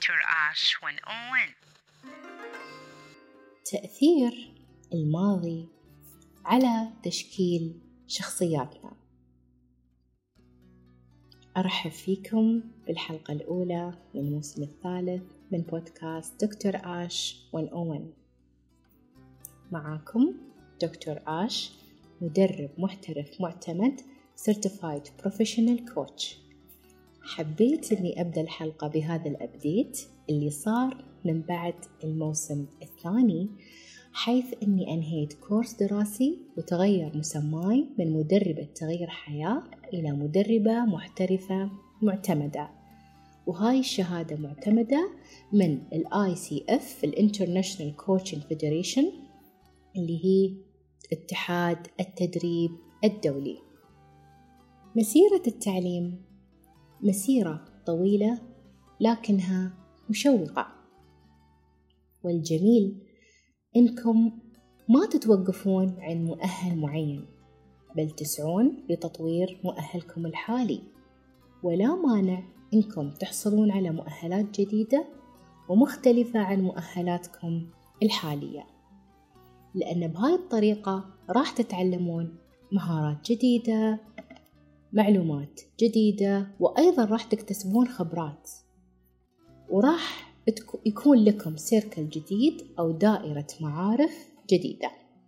دكتور آش 101. تأثير الماضي على تشكيل شخصياتنا. أرحب فيكم بالحلقة الأولى من الموسم الثالث من بودكاست دكتور آش 101. معاكم دكتور آش، مدرب محترف معتمد Certified Professional Coach. حبيت أني أبدأ الحلقة بهذا الأبديت اللي صار من بعد الموسم الثاني، حيث أني أنهيت كورس دراسي وتغير مسماي من مدربة تغيير حياة إلى مدربة محترفة معتمدة. وهاي الشهادة معتمدة من ICF International Coaching Federation اللي هي اتحاد التدريب الدولي. مسيرة التعليم مسيرة طويلة لكنها مشوقة، والجميل إنكم ما تتوقفون عند مؤهل معين، بل تسعون لتطوير مؤهلكم الحالي، ولا مانع إنكم تحصلون على مؤهلات جديدة ومختلفة عن مؤهلاتكم الحالية، لأن بهاي الطريقة راح تتعلمون مهارات جديدة، معلومات جديدة، وأيضا راح تكتسبون خبرات، وراح يكون لكم سيركل جديد أو دائرة معارف جديدة.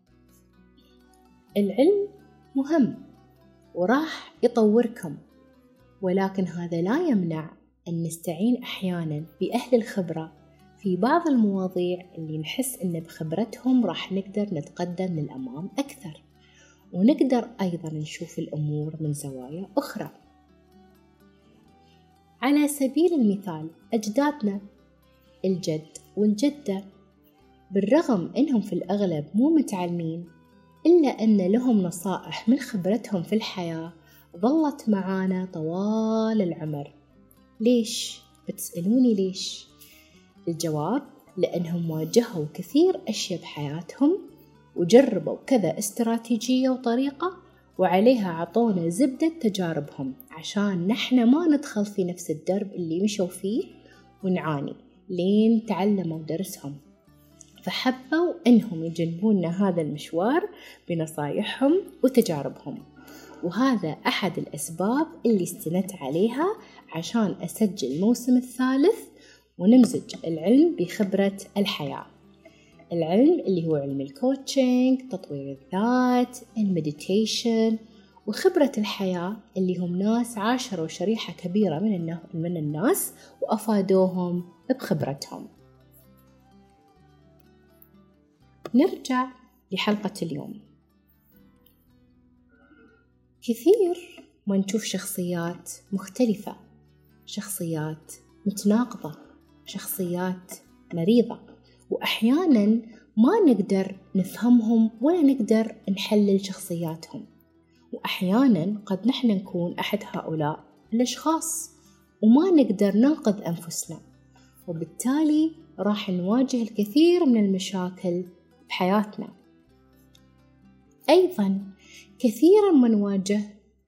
العلم مهم وراح يطوركم، ولكن هذا لا يمنع أن نستعين أحيانا بأهل الخبرة في بعض المواضيع اللي نحس أن بخبرتهم راح نقدر نتقدم للأمام أكثر، ونقدر أيضا نشوف الأمور من زوايا أخرى. على سبيل المثال أجدادنا الجد والجدة، بالرغم أنهم في الأغلب مو متعلمين، إلا أن لهم نصائح من خبرتهم في الحياة ظلت معانا طوال العمر. ليش؟ بتسألوني ليش؟ الجواب لأنهم واجهوا كثير أشياء بحياتهم وجربوا كذا استراتيجية وطريقة، وعليها عطونا زبدة تجاربهم عشان نحن ما ندخل في نفس الدرب اللي مشوا فيه ونعاني لين تعلموا درسهم، فحبوا إنهم يجنبوننا هذا المشوار بنصايحهم وتجاربهم. وهذا أحد الأسباب اللي استندت عليها عشان أسجل الموسم الثالث ونمزج العلم بخبرة الحياة. العلم اللي هو علم الكوتشنج، تطوير الذات، المديتيشن، وخبرة الحياة اللي هم ناس عاشروا شريحة كبيرة من الناس وأفادوهم بخبرتهم. نرجع لحلقة اليوم. كثير ما نشوف شخصيات مختلفة، شخصيات متناقضة، شخصيات مريضة، وأحياناً ما نقدر نفهمهم ولا نقدر نحلل شخصياتهم، وأحياناً قد نحن نكون أحد هؤلاء الأشخاص وما نقدر ننقذ أنفسنا، وبالتالي راح نواجه الكثير من المشاكل بحياتنا. أيضاً كثيراً ما نواجه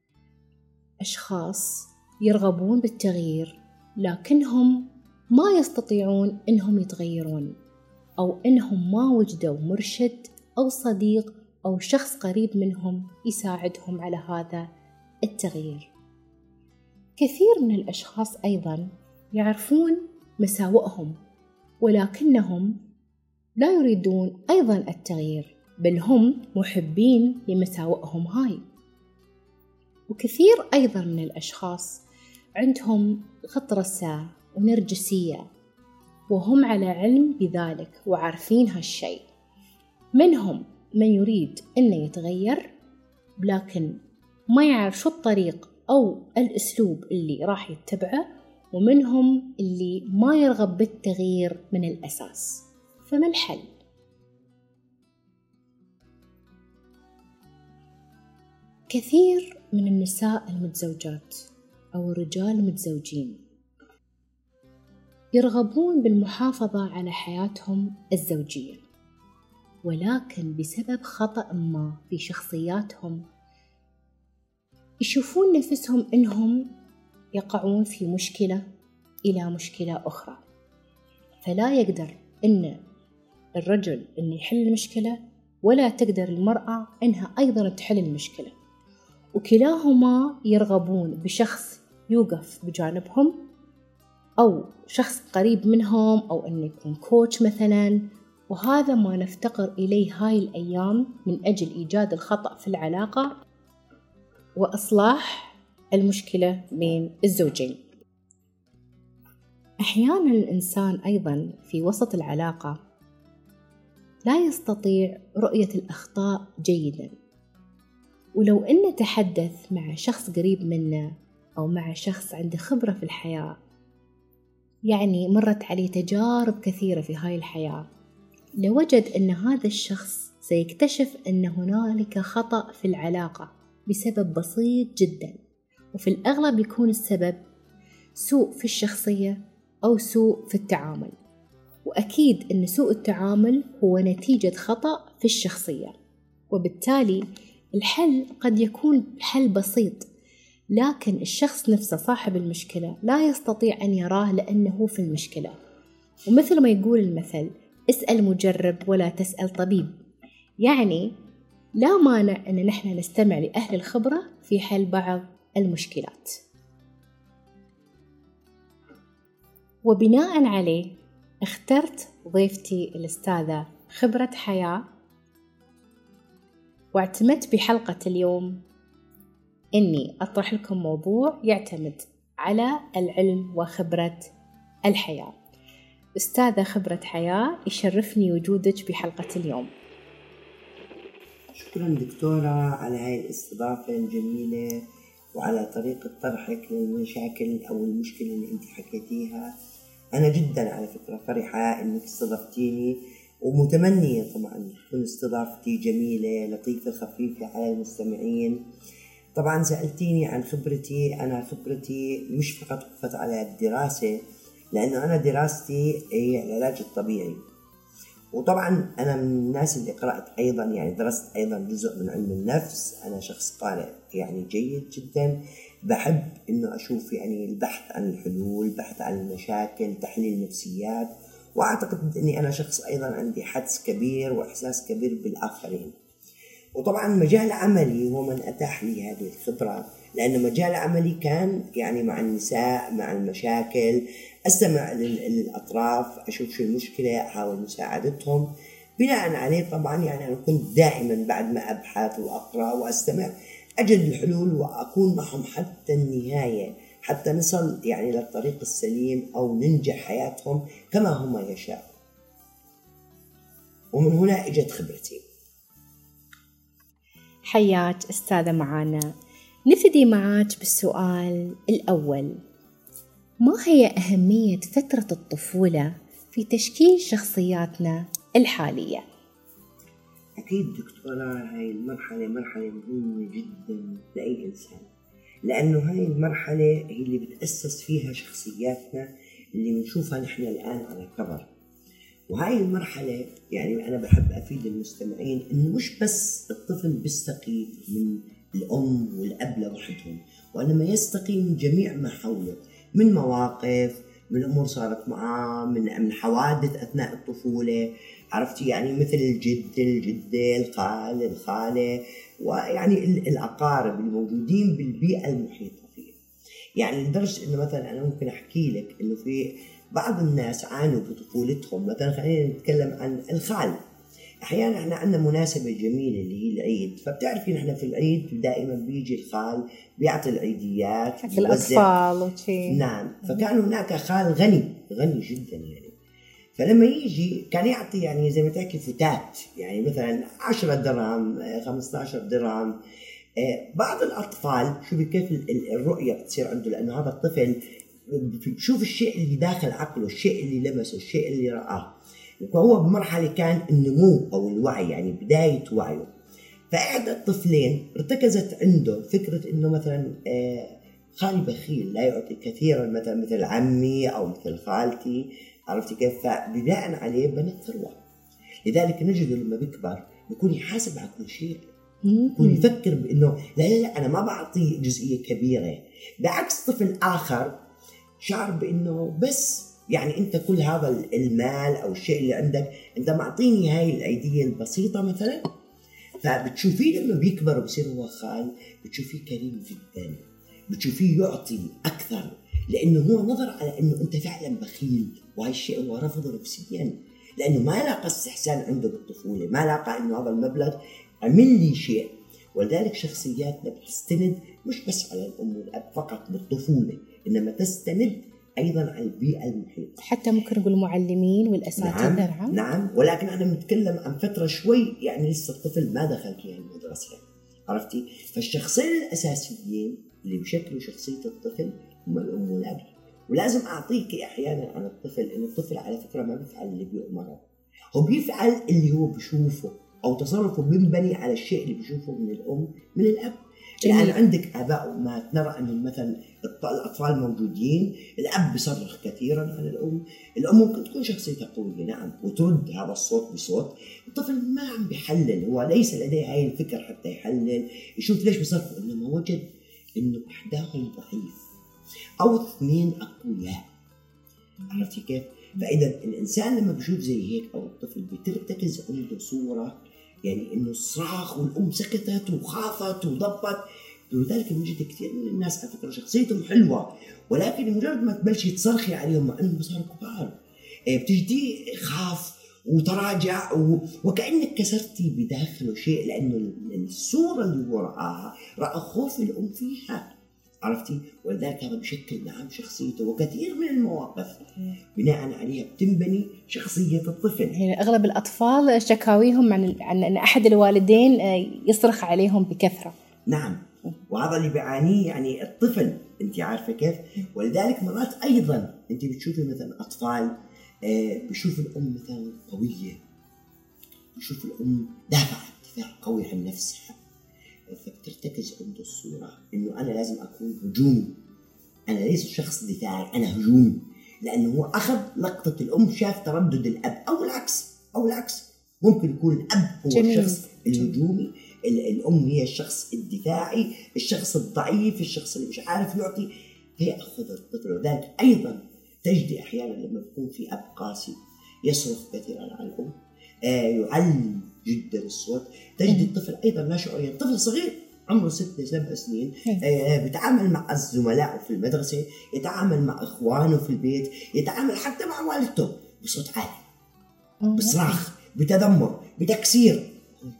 أشخاص يرغبون بالتغيير لكنهم ما يستطيعون إنهم يتغيرون، أو إنهم ما وجدوا مرشد أو صديق أو شخص قريب منهم يساعدهم على هذا التغيير. كثير من الأشخاص أيضاً يعرفون مساوئهم ولكنهم لا يريدون أيضاً التغيير، بل هم محبين لمساوئهم هاي. وكثير أيضاً من الأشخاص عندهم غطرسة ونرجسية وهم على علم بذلك وعارفين هالشيء. منهم من يريد أن يتغير لكن ما يعرف شو الطريق أو الأسلوب اللي راح يتبعه، ومنهم اللي ما يرغب بالتغيير من الأساس. فما الحل؟ كثير من النساء المتزوجات أو الرجال المتزوجين يرغبون بالمحافظة على حياتهم الزوجية، ولكن بسبب خطأ ما في شخصياتهم يشوفون نفسهم إنهم يقعون في مشكلة إلى مشكلة أخرى، فلا يقدر إن الرجل إنه يحل المشكلة، ولا تقدر المرأة إنها أيضا تحل المشكلة، وكلاهما يرغبون بشخص يوقف بجانبهم أو شخص قريب منهم، أو إنه يكون كوتش مثلا. وهذا ما نفتقر إليه هاي الأيام من أجل إيجاد الخطأ في العلاقة وإصلاح المشكلة بين الزوجين. أحيانا الإنسان أيضا في وسط العلاقة لا يستطيع رؤية الأخطاء جيدا، ولو إنه تحدث مع شخص قريب منه أو مع شخص عنده خبرة في الحياة، يعني مرت عليه تجارب كثيرة في هاي الحياة، لوجد أن هذا الشخص سيكتشف أن هنالك خطأ في العلاقة بسبب بسيط جدا، وفي الأغلب يكون السبب سوء في الشخصية أو سوء في التعامل. وأكيد أن سوء التعامل هو نتيجة خطأ في الشخصية، وبالتالي الحل قد يكون حل بسيط، لكن الشخص نفسه صاحب المشكلة لا يستطيع أن يراه لأنه في المشكلة. ومثل ما يقول المثل: اسأل مجرب ولا تسأل طبيب. يعني لا مانع أن نحن نستمع لأهل الخبرة في حل بعض المشكلات. وبناء عليه اخترت ضيفتي الأستاذة خبرة حياة، واعتمدت بحلقة اليوم إني أطرح لكم موضوع يعتمد على العلم وخبرة الحياة. أستاذة خبرة حياة، يشرفني وجودك بحلقة اليوم. شكرا دكتورة على هاي الاستضافة الجميلة وعلى طريقة طرحك للمشاكل أو المشكلة اللي أنت حكيتيها. أنا جدا على فكرة فرحة إنك استضفتيني، ومتمنية طبعا تكون استضافتي جميلة لطيفة خفيفة على المستمعين. طبعا سألتيني عن خبرتي. أنا خبرتي مش فقط وقفت على الدراسة، لأنه أنا دراستي هي العلاج الطبيعي، وطبعا أنا من الناس اللي قرأت أيضا، يعني درست أيضا جزء من علم النفس. أنا شخص قارئ يعني جيد جدا، بحب إنه أشوف يعني البحث عن الحلول، البحث عن المشاكل، تحليل النفسيات، وأعتقد إني أنا شخص أيضا عندي حدس كبير وإحساس كبير بالآخرين. وطبعا مجال عملي هو من أتاح لي هذه الخبرة، لأن مجال عملي كان يعني مع النساء، مع المشاكل، أستمع للأطراف، أشوف شو المشكلة، أحاول مساعدتهم. بناء عليه طبعا يعني أنا كنت دائما بعد ما أبحث وأقرأ وأستمع أجد الحلول وأكون معهم حتى النهاية، حتى نصل يعني للطريق السليم أو ننجح حياتهم كما هم يشاءون. ومن هنا إجت خبرتي. حياك أستاذة معانا. نبتدي معاك بالسؤال الأول: ما هي أهمية فترة الطفولة في تشكيل شخصياتنا الحالية؟ أكيد دكتورة، هاي المرحلة مرحلة مهمة جدا لأي إنسان، لأنه هاي المرحلة هي اللي بتأسس فيها شخصياتنا اللي بنشوفها نحن الآن على كبر. وهاي المرحلة يعني أنا بحب أفيد المستمعين إنه مش بس الطفل بيستقي من الأم والأب لوحدهم، وإنما يستقي من جميع ما حوله، من مواقف، من أمور صارت معاه، من حوادث أثناء الطفولة، عرفتي يعني مثل الجد، الجدة، الخال، الخالة، ويعني الأقارب الموجودين بالبيئة المحيطة فيه. يعني لدرجة إنه مثلا أنا ممكن أحكي لك إنه في بعض الناس عانوا بطفولتهم. مثلا خلينا نتكلم عن الخال. أحيانا إحنا عندنا مناسبة جميلة اللي هي العيد، فبتعرفي نحن في العيد دائما بيجي الخال بيعطي العيديات حق الأطفال وشي. نعم. فكان هناك خال غني جدا يعني، فلما يجي كان يعطي يعني زي ما تحكي فتات، يعني مثلا 10 درهم 15 درهم. بعض الأطفال شوفي كيف الرؤية بتصير عنده، لأنه هذا الطفل شوف الشيء اللي داخل عقله، الشيء اللي لمسه، الشيء اللي رآه، وهو بمرحلة كان النمو أو الوعي، يعني بداية وعيه. فإحدى الطفلين ارتكزت عنده فكرة إنه مثلا خالي بخيل لا يعطي كثيرا، مثلا مثل عمي أو مثل خالتي، عرفتي كيف؟ فبناء عليه بنت ثروة. لذلك نجده لما بيكبر بيكون يحاسب على كل شيء، يكون يفكر بأنه لا أنا ما بعطي جزئية كبيرة، بعكس طفل آخر شعر بأنه بس يعني أنت كل هذا المال أو الشيء اللي عندك أنت معطيني هاي الأيدية البسيطة مثلا، فبتشوفيه لما بيكبر وبصير هو خال بتشوفيه كريم جدا، بتشوفيه يعطي أكثر، لأنه هو نظر على أنه أنت فعلا بخيل، وهي الشيء هو رفضه نفسيا، لأنه ما لاقى استحسان عنده بالطفولة، ما لاقى أنه هذا المبلغ عمل لي شيء. ولذلك شخصياتنا بتستند مش بس على الأم والأب فقط بالطفولة، إنما تستند أيضا على البيئة المحيطة، حتى ممكن نقول المعلمين والأساتذة. نعم، ولكن أنا بنتكلم عن فترة شوي يعني لسه الطفل ما دخل فيها المدرسة، عرفتي؟ فالشخصين الأساسيين اللي بيشكلوا شخصية الطفل هم الأم والأب. ولازم أعطيك أحيانا عن الطفل إن الطفل على فكرة ما بيفعل اللي بيؤمره، هو بيفعل اللي هو بيشوفه، أو تصرفه بينبني على الشيء اللي بيشوفه من الأم من الأب. الآن عندك آباء وأمهات نرى أن مثلا الأطفال موجودين، الأب بيصرخ كثيرا على الأم ممكن تكون شخصيتها قوية نعم وترد هذا الصوت بصوت، الطفل ما عم بيحلل، هو ليس لديه هاي الفكر حتى يحلل يشوف ليش بيصرخوا، إنما وجد إنه إحداهم ضعيف أو اثنين أقوياء، عرفتي كيف؟ فإذا الإنسان لما بيشوف زي هيك أو الطفل بترتكز عنده صورة يعني إنه الصراخ والأم سكتت وخافت وضبت. ولذلك بنجد كثير من الناس على فكرة شخصيتهم حلوة، ولكن مجرد ما تبلشي تصرخي عليهم مع إنهم صاروا كبار بتجديه خاف وتراجع وكأنك كسرتي بداخله شيء، لأنه الصورة اللي هو رأى خوف الأم فيها، عرفتي؟ ولذلك هذا بشكل نعم شخصيته، وكثير من المواقف بناء عليها بتنبني شخصية الطفل. يعني أغلب الأطفال شكاويهم عن أن أحد الوالدين يصرخ عليهم بكثرة. نعم، وهذا اللي بيعانيه يعني الطفل، أنت عارفة كيف؟ ولذلك مرات أيضا أنت بتشوفي مثلا أطفال بشوف الأم مثلا قوية، بشوف الأم دافع قوي عن نفسها، فبترتكز عنده الصورة إنه أنا لازم أكون هجومي، أنا ليس شخص دفاعي، أنا هجومي، لأنه هو أخذ لقطة الأم شاف تردد الأب، أو العكس ممكن يكون الأب هو الشخص الهجومي، الأم هي الشخص الدفاعي، الشخص الضعيف، الشخص اللي مش عارف يعطي، فيأخذ الطفل. وذلك أيضا تجدي أحيانا لما يكون في أب قاسي يصرخ كثيرا على الأم، يعلي جدا الصوت، تجد الطفل أيضا لا شعوريا، طفل صغير عمره 6-7 سنين بيتعامل مع الزملاء في المدرسة، يتعامل مع إخوانه في البيت، يتعامل حتى مع والدته بصوت عالي، بصراخ، بتذمر، بتكسير،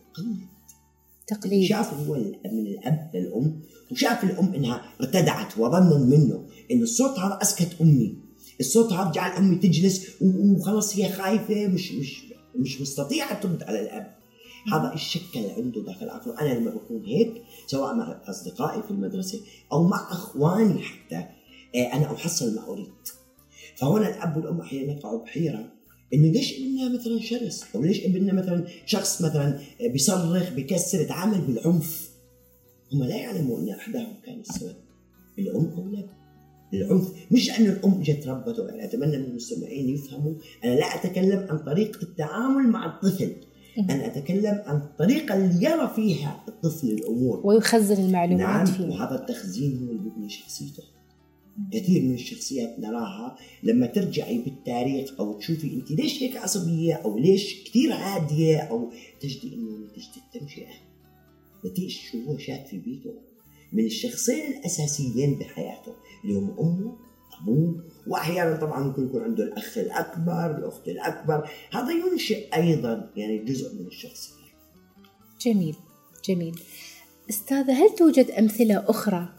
تقليد. شاف هو من الأب للأم، وشاف الأم إنها ارتدعت وظن منه إن الصوت هذا أسكت أمي، الصوت هذا جعل أمي تجلس وخلص هي خايفة مش مستطيعة ترد على الأب. هذا الشكل عنده داخل عقله. أنا لما بكون هيك سواء مع أصدقائي في المدرسة أو مع أخواني حتى أنا أحصل ما أريد. فهنا الأب والأم أحيانا يقعوا بحيرة إنه ليش ابننا مثلا شرس، أو ليش ابننا مثلا شخص مثلا بيصرخ بيكسر يتعامل بالعنف. هم لا يعلموا أن أحدهم كان السبب، الأم أو الأب. العنف مش لأن الأم جت ربته، يعني أتمنى من المستمعين يفهموا أنا لا أتكلم عن طريقة التعامل مع الطفل، أنا أتكلم عن الطريقة اللي يرى فيها الطفل الأمور ويخزن المعلومات فيه. وهذا التخزين هو اللي بيبني شخصيته. كثير من الشخصيات نراها لما ترجعي بالتاريخ أو تشوفي أنت ليش هيك عصبية أو ليش كثير عادية، أو تجدي إنه نتيجة التنشئة، نتيجة شو هو شاف في بيته من الشخصين الأساسيين بحياته اللي هم أمه أبوه، وأحيانا طبعا ممكن يكون عنده الأخ الأكبر الأخت الأكبر، هذا ينشئ أيضا يعني جزء من الشخصية. جميل جميل. أستاذة، هل توجد أمثلة أخرى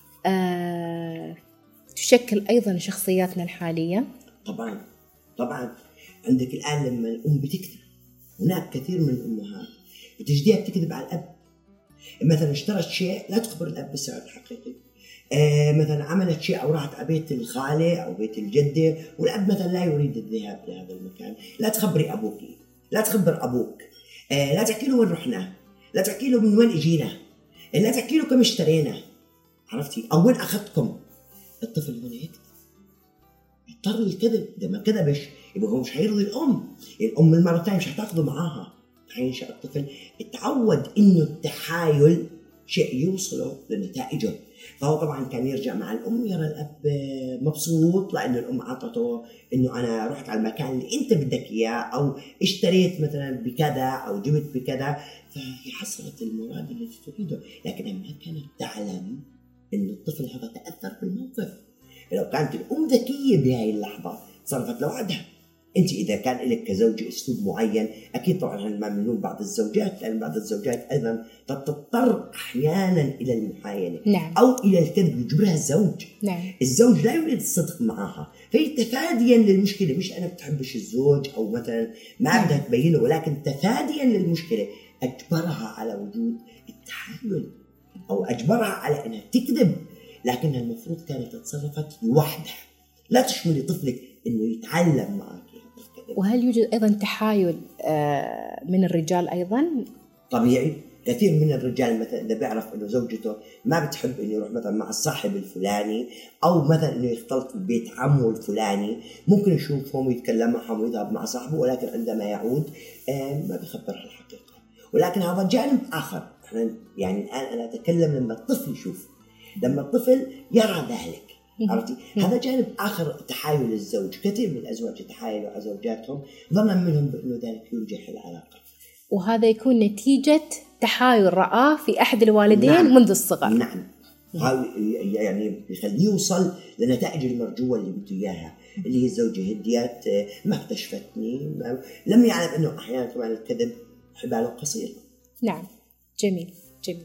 تشكل أيضا شخصياتنا الحالية؟ طبعا عندك الآن لما الأم بتكذب، هناك كثير من الأمهات بتجديها بتكذب على الأب، مثلا اشترت شيء لا تخبر الأب بالسعر الحقيقي، مثلا عملت شيء أو راحت على بيت الخالة أو بيت الجدة والأب مثلا لا يريد الذهاب لهذا المكان، لا تخبري أبوك، لا تخبر أبوك، لا تحكي له وين رحنا، لا تحكي له من وين اجينا، لا تحكي له كم اشترينا، عرفتي، أو وين أخذتكم. الطفل هنا يكذب، يضطر الكذب، إذا ما كذبش يبقى هو مش هيرضي الأم المرة الثانية مش هتاخده معاها. حينشأ الطفل اتعود إنه التحايل شيء يوصله لنتائجه. فهو طبعا كان يرجع مع الأم يرى الأب مبسوط لأن الأم عطته إنه أنا رحت على المكان اللي أنت بدك إياه، أو اشتريت مثلا بكذا أو جبت بكذا، فهي حصلت المراد التي تريده. لكنها ما كانت تعلم إنه الطفل هذا تأثر بالموقف. لو كانت الأم ذكية بهاي اللحظة صرفت لوحدها. أنت إذا كان لك كزوج أسلوب معين، أكيد طبعا ما منهم بعض الزوجات، لأن بعض الزوجات أيضا تضطر أحيانا إلى المحايلة نعم. أو إلى الكذب يجبرها الزوج. نعم. الزوج لا يريد الصدق معها، فهي تفاديا للمشكلة، مش أنا بتحبش الزوج أو مثلا ما بدها تبينه، ولكن تفاديا للمشكلة أجبرها على وجود التحايل أو أجبرها على أنها تكذب. لكنها المفروض كانت تصرفت لوحدها، لا تشملي طفلك إنه يتعلم معك. وهل يوجد أيضا تحايل من الرجال أيضا؟ طبيعي، كثير من الرجال مثلا إذا بيعرف إنه زوجته ما بتحب إنه يروح مثلا مع الصاحب الفلاني، أو مثلا إنه يختلط ببيت عمه الفلاني، ممكن يشوفهم ويتكلم معهم ويذهب مع صاحبه، ولكن عندما يعود ما بيخبرها الحقيقة. ولكن هذا جانب آخر. يعني الآن أنا أتكلم لما الطفل يشوف، لما الطفل يرى ذلك، عرفتي؟ هذا جانب آخر تحايل الزوج. كثير من الأزواج يتحايلوا على زوجاتهم ظنا منهم بأنه ذلك ينجح العلاقة، وهذا يكون نتيجة تحايل رآه في أحد الوالدين. نعم. منذ الصغر. نعم. يعني يخليه يوصل لنتائج المرجوة اللي بده إياها، اللي هي الزوجة هديت، ما اكتشفتني، لم يعلم أنه أحيانا كمان الكذب حباله قصير. نعم. جميل جميل.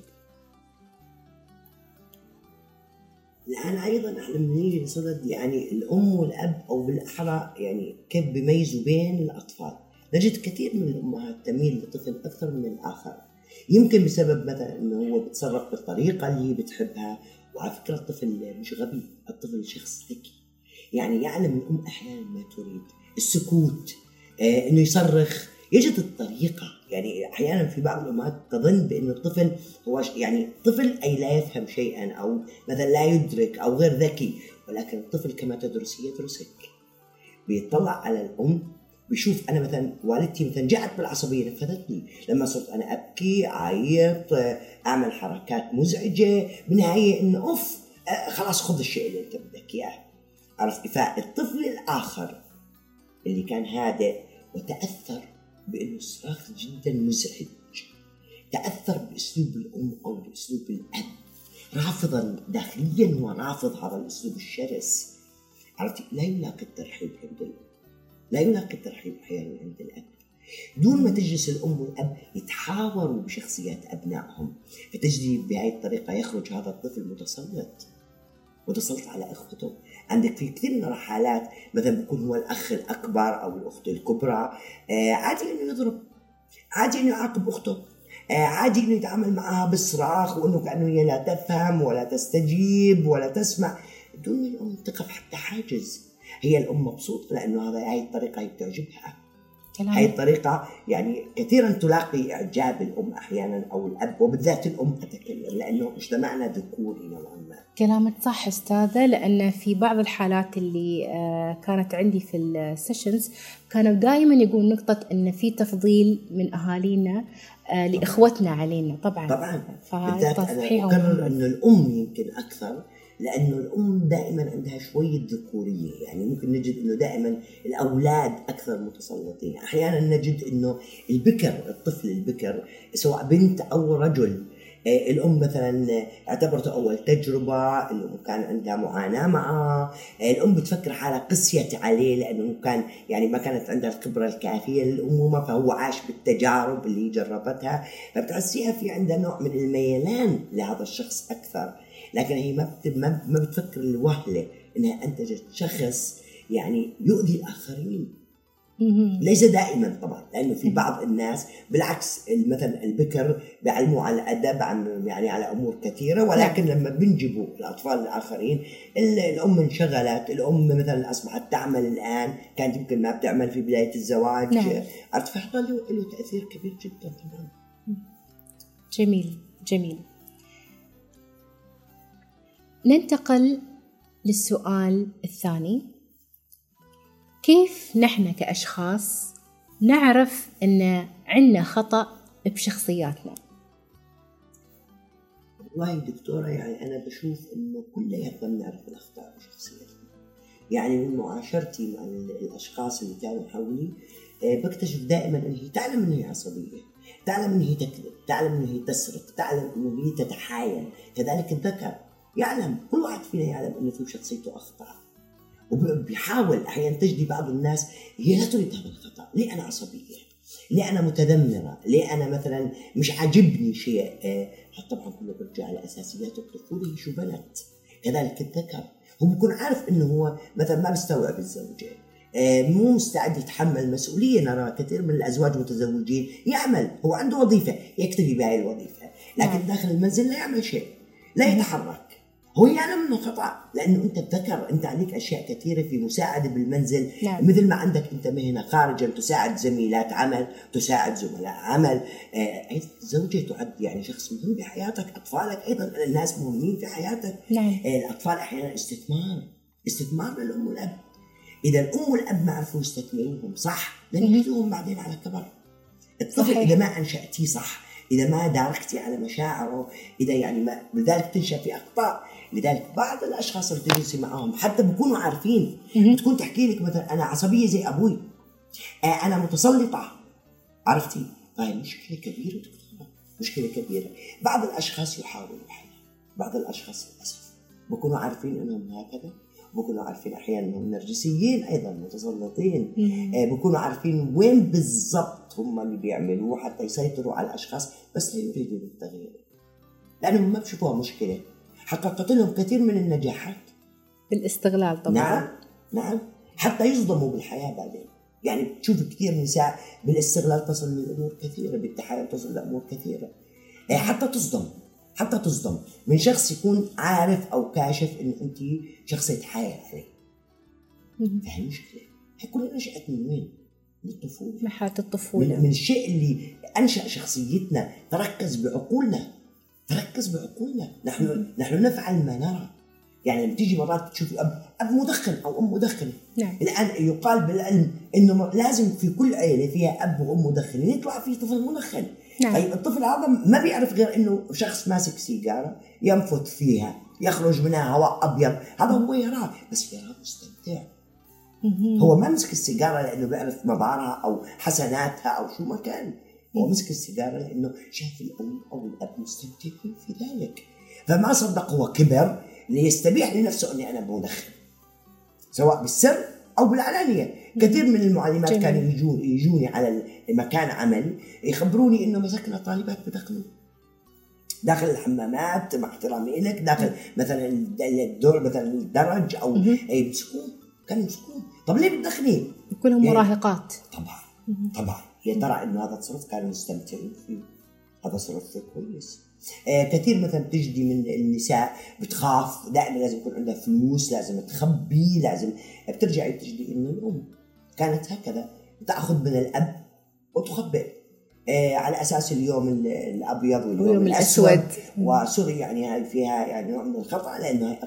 الآن أيضا احنا بنيجي لصدد يعني الأم والأب، أو بالأحرى يعني كيف بيميزوا بين الأطفال. نجد كثير من الأمهات تميل لطفل أكثر من الآخر، يمكن بسبب مثلا إنه هو بتصرف بالطريقة اللي بتحبها. وعلى فكرة الطفل مش غبي، الطفل شخص ذكي، يعني يعلم الأم أحيانا ما تريد، السكوت، إنه يصرخ، يجد الطريقة. يعني أحيانا في بعض الأمهات تظن بأن الطفل هو يعني طفل أي لا يفهم شيئا، أو مثلا لا يدرك أو غير ذكي، ولكن الطفل كما تدرس يدرسك. بيطلع على الأم، بيشوف أنا مثلا والدتي مثلا جاءت بالعصبية نفذتني، لما صرت أنا أبكي أعيط أعمل حركات مزعجة، بالنهاية إنه أوف خلاص خذ الشيء اللي أنت بدك إياه. عرفت؟ فالطفل الآخر اللي كان هادئ وتأثر بأنه صراخ جدا مزعج، تأثر بأسلوب الأم أو بأسلوب الأب، رافضا داخليا، هو رافض هذا الأسلوب الشرس. عرفتي؟ لا يلاقي الترحيب عند الأم، لا يلاقي الترحيب أحيانا عند الأب، دون ما تجلس الأم والأب يتحاوروا بشخصيات أبنائهم. فتجدي بهذه الطريقة يخرج هذا الطفل متسلط على أخوته. عندك في كثير من الحالات مثلا بيكون هو الأخ الأكبر أو الأخت الكبرى، عادي إنه يضرب، عادي إنه يعاقب أخته، عادي إنه يتعامل معها بالصراخ، وإنه كأنه هي لا تفهم ولا تستجيب ولا تسمع، دون الأم تقف حتى حاجز. هي الأم مبسوطة لأنه هاي الطريقة هي بتعجبها. هاي الطريقة يعني كثيرا تلاقي إعجاب الأم أحيانا أو الأب، وبالذات الأم أتكلم لأنه مجتمعنا ذكوري نوعا ما. كلامك صح أستاذة، لأن في بعض الحالات اللي كانت عندي في السيشنز كانوا دائما يقول نقطة أن في تفضيل من أهالينا لإخوتنا علينا. طبعا بالذات أنا أكرر أنه الأم يمكن أكثر، لأنه الأم دائما عندها شوية ذكورية. يعني ممكن نجد أنه دائما الأولاد أكثر متسلطين. أحيانا نجد أنه الطفل البكر سواء بنت أو رجل، الأم مثلا اعتبرته أول تجربة، الأم كان عندها معاناة معه، الأم بتفكر حالها قسيت عليه لأنه كان يعني ما كانت عندها الخبرة الكافية للأمومة، فهو عاش بالتجارب اللي جربتها، فبتحسيها في عندها نوع من الميلان لهذا الشخص أكثر. لكن هي ما بتفكر الوهلة إنها أنتجت شخص يعني يؤذي الآخرين. ليس دائما طبعا، لأنه في بعض الناس بالعكس، مثلا البكر بيعلموا على الأدب، يعني على أمور كثيرة، ولكن لما بنجبوا الأطفال الآخرين الأم انشغلت، الأم مثلا أصبحت تعمل الآن، كانت يمكن ما بتعمل في بداية الزواج. فهذا له تأثير كبير جدا طبعا. جميل. ننتقل للسؤال الثاني: كيف نحن كأشخاص نعرف أن عندنا خطأ بشخصياتنا؟ والله دكتورة يعني أنا بشوف إنه كلياتنا بنعرف الأخطاء بشخصيتنا. يعني من معاشرتي مع الأشخاص اللي كانوا حولي بكتشف دائما إن هي تعلم إن هي عصبية، تعلم إن هي تكذب، تعلم إن هي تسرق، تعلم إن هي تتحايل. كذلك الذكر يعلم، كل واحد فينا يعلم إنه في شخصيته أخطاء، وبيحاول أحيانا. تجدي بعض الناس هي لا تريد هذا الخطأ، ليه أنا عصبية، ليه أنا متذمرة، ليه أنا مثلا مش عاجبني شيء. طبعا كله بيرجع على أساسيات الطفولة، شو بنت. كذلك الذكر هو بيكون عارف إنه هو مثلا ما بيستوعب الزوجة، مو مستعد يتحمل مسؤولية. نرى كثير من الأزواج المتزوجين يعمل، هو عنده وظيفة يكتفي بهاي الوظيفة، لكن داخل المنزل لا يعمل شيء، لا يتحرك. هو يعلم انه خطأ، لانه انت الذكر، انت عليك اشياء كثيره في مساعده بالمنزل. مثل ما عندك انت مهنه خارجا تساعد زميلات عمل، تساعد زملاء عمل. زوجة تعد يعني شخص مهم بحياتك، اطفالك ايضا الناس مهمين في حياتك. الاطفال احيانا استثمار للام والاب. اذا الام والاب ما عرفوا يستثمروهم صح لن يجدوهم بعدين على كبر. الطفل اذا ما انشاتيه صح، إذا ما داركتي على مشاعره، إذا يعني ما، لذلك تنشأ في أخطاء. لذلك بعض الأشخاص اللي تجلسي معهم حتى بيكونوا عارفين، بتكون تحكي لك مثلا أنا عصبية زي أبوي، أنا متسلطة، عرفتي؟ فهي مشكلة كبيرة دكتورة، مشكلة كبيرة. بعض الأشخاص يحاولوا الحل، بعض الأشخاص للأسف بيكونوا عارفين أنهم هكذا، بيكونوا عارفين أحيانا أنهم نرجسيين أيضا متسلطين، بيكونوا عارفين وين بالضبط هم اللي بيعملوه حتى يسيطروا على الأشخاص، بس لا يريدون التغيير لأنهم ما بشوفوها مشكلة. حققت لهم كثير من النجاحات بالاستغلال طبعا. نعم حتى يصدموا بالحياة بعدين. يعني بتشوف كثير نساء بالاستغلال تصل لأمور كثيرة، بالتحايل تصل لأمور كثيرة، حتى تصدم من شخص يكون عارف أو كاشف إن أنت شخص يتحايل عليه. فهي مشكلة. كلنا نشأت من وين؟ من الطفولة، مرحلة الطفولة، من الشيء اللي أنشأ شخصيتنا. تركز بعقولنا. نحن نفعل ما نرى. يعني لما تيجي مرات تشوفي أب مدخن أو أم مدخنة. الآن يقال بالعلم إنه لازم في كل عائلة فيها أب وأم مدخنين يطلع فيه طفل مدخن. طيب الطفل هذا ما بيعرف غير إنه شخص ماسك سيجارة ينفث فيها، يخرج منها هواء أبيض، هذا هو يراه، بس يراه مستمتع. هو ما مسك السيجارة لأنه بيعرف مضارها أو حسناتها أو شو ما كان، هو مسك السيجارة لأنه شاف الأم أو الأب مستمتعين في ذلك، فما صدق هو كبر ليستبيح لنفسه أني أنا مدخن، سواء بالسر أو بالعلانية. كثير من المعلمات كانوا يجوني على مكان عملي يخبروني إنه مسكنا طالبات بدخنوا داخل الحمامات، مع احترامي لك، داخل مثلا الدور مثلا الدرج أو يمسكون، كانوا يمسكون. طب ليه بتدخنين؟ يكونوا مراهقات. طبعا يا ترى إنه هذا التصرف كانوا مستمتعين فيه، هذا تصرف كويس. كثير مثلا تجدي من النساء بتخاف دائما، لازم يكون عندها فلوس، لازم تخبي، لازم بترجعي تجدي إنه الأم كانت هكذا تأخذ من الأب وتخبئ على أساس اليوم الأبيض واليوم الأسود. وسوري يعني هاي فيها يعني نوع من الخطأ، لأنه هاي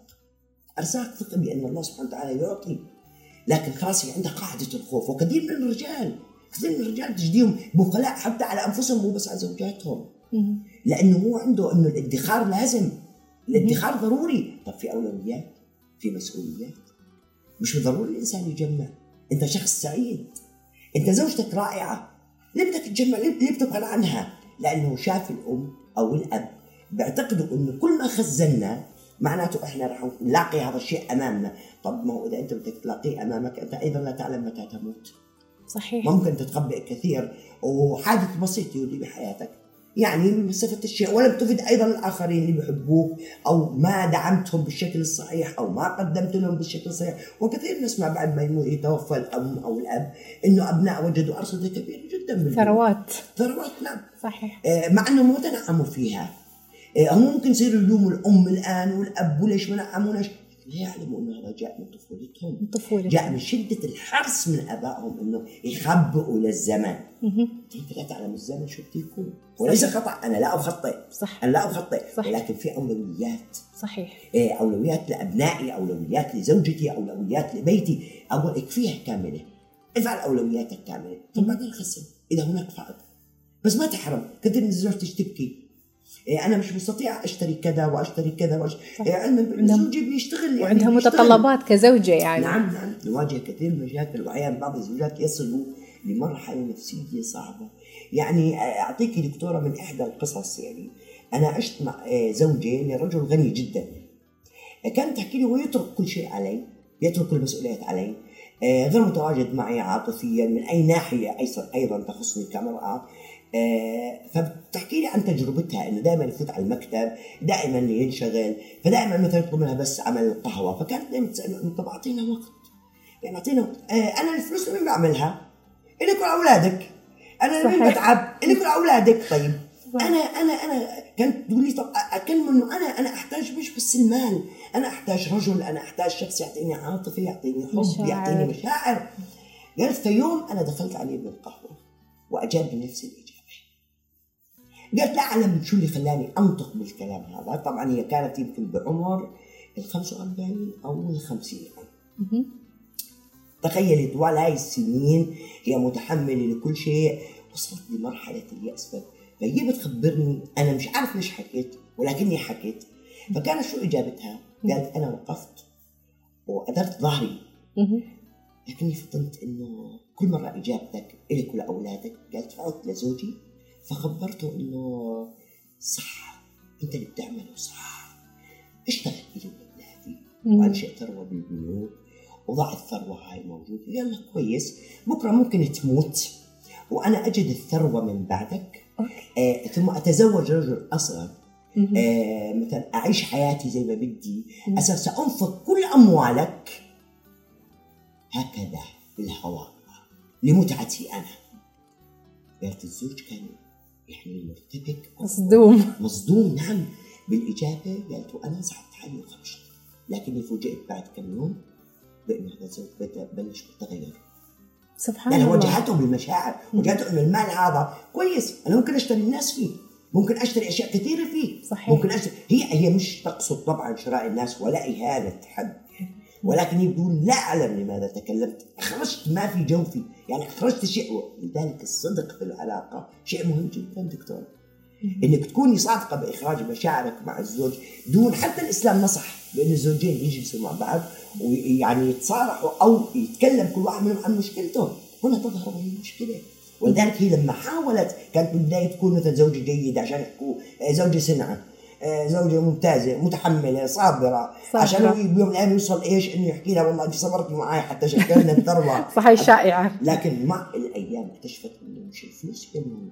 أرزاق ثق بأن الله سبحانه وتعالى يعطي، لكن خلاص هي عندها قاعدة الخوف. وكثير من الرجال تجديهم بخلاء حتى على أنفسهم، مو بس على زوجاتهم، لأنه هو عنده إنه الادخار لازم، الادخار ضروري. طب في أولويات، في مسؤوليات، مش ضروري الإنسان يجمع. أنت شخص سعيد، أنت زوجتك رائعة، ليه بدك تجمع؟ ليه بتبخل عنها؟ لأنه شاف الأم أو الأب بيعتقدوا إنه كل ما خزنا معناته إحنا رح نلاقي هذا الشيء أمامنا. طب ما هو إذا أنت بدك تلاقيه أمامك أنت أيضا لا تعلم متى تموت. صحيح. ممكن تتخبئ كثير، وحادث بسيط يودي بحياتك، يعني ما استفدت الشيء ولا بتفيد أيضا الآخرين اللي بيحبوك، أو ما دعمتهم بالشكل الصحيح أو ما قدمت لهم بالشكل الصحيح. وكثير نسمع بعد ما يتوفى الأم أو الأب إنه أبناء وجدوا أرصدة كبيرة جدا ثروات. نعم صحيح. مع أنهم ما تنعموا فيها. هم ممكن يصيروا يلوموا الأم الآن والأب وليش ما نعموناش، لا يعلموا أنه هذا جاء من طفولتهم، جاء من شدة الحرص من أبائهم أنه يخبئوا للزمن. أنت لا تعلم الزمن شو بده يكون، وليس خطأ، أنا لا أخطئ، صح. أنا لا أخطئ، ولكن في أولويات. صحيح. أولويات لأبنائي، أولويات لزوجتي، أولويات لبيتي. أول اكفيها كاملة، افعل أولوياتك كاملة، ثم بعدين خسن إذا هناك فائض، بس ما تحرم. كثير من زوجتك تبكي أنا مش مستطيع أشتري كذا وأشتري كذا زوجي بيشتغل يعني وعندها بيشتغل. متطلبات كزوجة يعني. نعم نواجه كثير من المشاكل، وأحيانا بعض الزوجات يصلوا لمرحلة نفسية صعبة. يعني أعطيك دكتورة من إحدى القصص، يعني أنا عشت مع زوجي لرجل غني جدا، كانت تحكي لي ويترك كل شيء علي، يترك كل المسؤوليات علي، غير متواجد معي عاطفيا من أي ناحية أيضا تخصني كامرأة. فبتحكي لي عن تجربتها إنه دائما يفوت على المكتب، دائما ينشغل، فدائما مثلا يطلب منها بس عمل القهوة، فكانت دائما تسأله إنه طب أعطينا وقت، يعني أعطينا وقت. أنا الفلوس اللي بعملها إلك وأولادك، أنا اللي بتعب إلك وأولادك. طيب أنا كانت تقول لي طب أكلم إنه أنا أحتاج مش بس المال، أنا أحتاج رجل، أنا أحتاج شخص يعطيني عاطفة، يعطيني حب، يعطيني مشاعر. قالت في يوم أنا دخلت عليه بالقهوة وأجاب نفس الإجابة. قالت لا أعلم شو اللي خلاني أنطق بالكلام هذا. طبعا هي كانت يمكن بعمر 45 أو 50 عام. تخيلي طوال هاي السنين هي متحملة لكل شيء، وصلت لمرحلة اليأس. فهي بتخبرني أنا مش عارف ليش حكيت، ولكني حكيت. فكانت شو إجابتها؟ قالت أنا وقفت وأدرت ظهري، لكني فطنت إنه كل مرة إجابتك إلك ولأولادك. قالت فعدت لزوجي فخبرته إنه صح أنت اللي بتعمله صح، اشتغل إلي وأولادي وأنشئ ثروة بالبيوت وضع الثروة هاي موجودة. يلا كويس، بكرة ممكن تموت وأنا أجد الثروة من بعدك، ثم أتزوج رجل أصغر، مثلا أعيش حياتي زي ما بدي، سأنفق كل أموالك هكذا بالهواء لمتعتي أنا. قالت الزوج كان يعني مرتبك مصدوم نعم بالإجابة. قالت وأنا سحبت حالي وخرجت، لكني فوجئت بعد كم يوم بأن هذا الزوج بلش بالتغير. سبحان الله. يعني وجهته بالمشاعر، وجهته إنه المال هذا كويس، أنا ممكن أشتري الناس فيه، ممكن أشتري أشياء كثيرة فيه. صحيح. ممكن أشتري. هي مش تقصد طبعا شراء الناس ولا إهانة حد، ولكن يبدون لا أعلم لماذا تكلمت، أخرجت ما في جوفي، يعني أخرجت شيء. لذلك الصدق في العلاقة شيء مهم جدا دكتور، إنك تكوني صادقة بإخراج مشاعرك مع الزوج، دون حتى الإسلام نصح بأن الزوجين يجلسوا مع بعض ويعني يتصارحوا أو يتكلم كل واحد منهم عن مشكلته. هنا تظهر هي المشكلة. ولذلك هي لما حاولت كانت بالبداية تكون مثل زوجة جيد عشان يحكوا زوجة سنعة، زوجة ممتازة متحملة صابرة، عشان بيوم الأيام يوصل إيش إنه يحكي لها والله أنت صبرتي معي حتى شكلنا الثروة. صحيح شائعة. لكن مع الأيام اكتشفت إنه مش الفلوس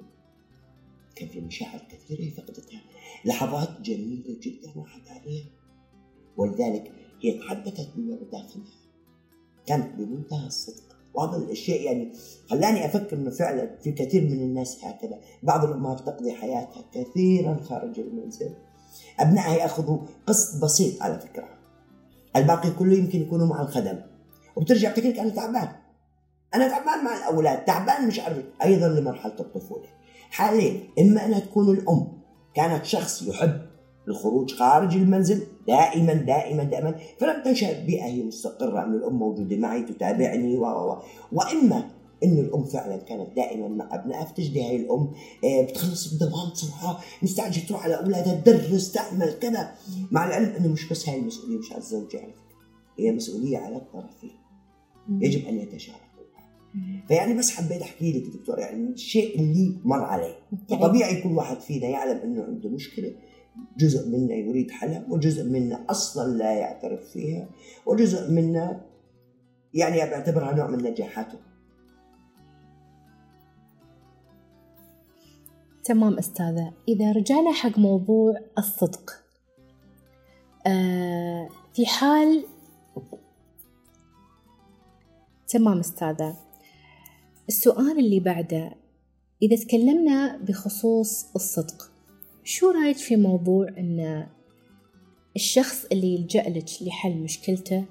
كان في مشاعر كثيرة فقدتها، لحظات جميلة جدا راحت عليها. ولذلك هي تحدثت بما بداخلها، كانت بمنتهى الصدق. وهذا الشيء يعني خلاني أفكر إنه فعلا في كثير من الناس هكذا. بعض الأمهات تقضي حياتها كثيرا خارج المنزل، أبنائها يأخذوا قسط بسيط على فكرة، الباقي كله يمكن يكونوا مع الخدم، وبترجع تقولك أنا تعبان مع الأولاد، تعبان مش عارف. أيضا لمرحلة الطفولة حالين، إما أنها تكون الأم كانت شخص يحب الخروج خارج المنزل دائما، فلم تنشأ بيئة هي مستقرة أن الأم موجودة معي تتابعني وإما إنه الأم فعلا كانت دائما مع أبنائها، فتجدي هاي الأم بتخلص الدوام بسرعة، مستعجل تروح على أولادها تدرس تعمل كذا، مع العلم إنه مش بس هاي المسؤولية مش على الزوج، يعني هي مسؤولية على الطرفين، يجب أن يتشاركوا. فيعني بس حبيت أحكي لك دكتور يعني الشيء اللي مر علي. طبيعي كل واحد فينا يعلم إنه عنده مشكلة، جزء منا يريد حلها، وجزء منا أصلا لا يعترف فيها، وجزء منا يعني بعتبرها نوع من نجاحاته. تمام أستاذة، إذا رجعنا حق موضوع الصدق، في حال تمام أستاذة، السؤال اللي بعده إذا تكلمنا بخصوص الصدق، شو رأيك في موضوع أن الشخص اللي يلجأ لك لحل مشكلته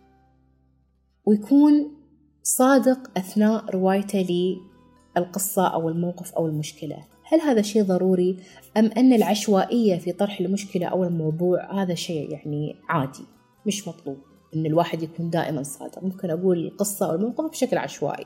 ويكون صادق أثناء روايته للقصة أو الموقف أو المشكلة، هل هذا شيء ضروري أم أن العشوائية في طرح المشكلة أو الموضوع هذا شيء يعني عادي مش مطلوب أن الواحد يكون دائما صادق؟ ممكن أقول القصة أو الموقف بشكل عشوائي.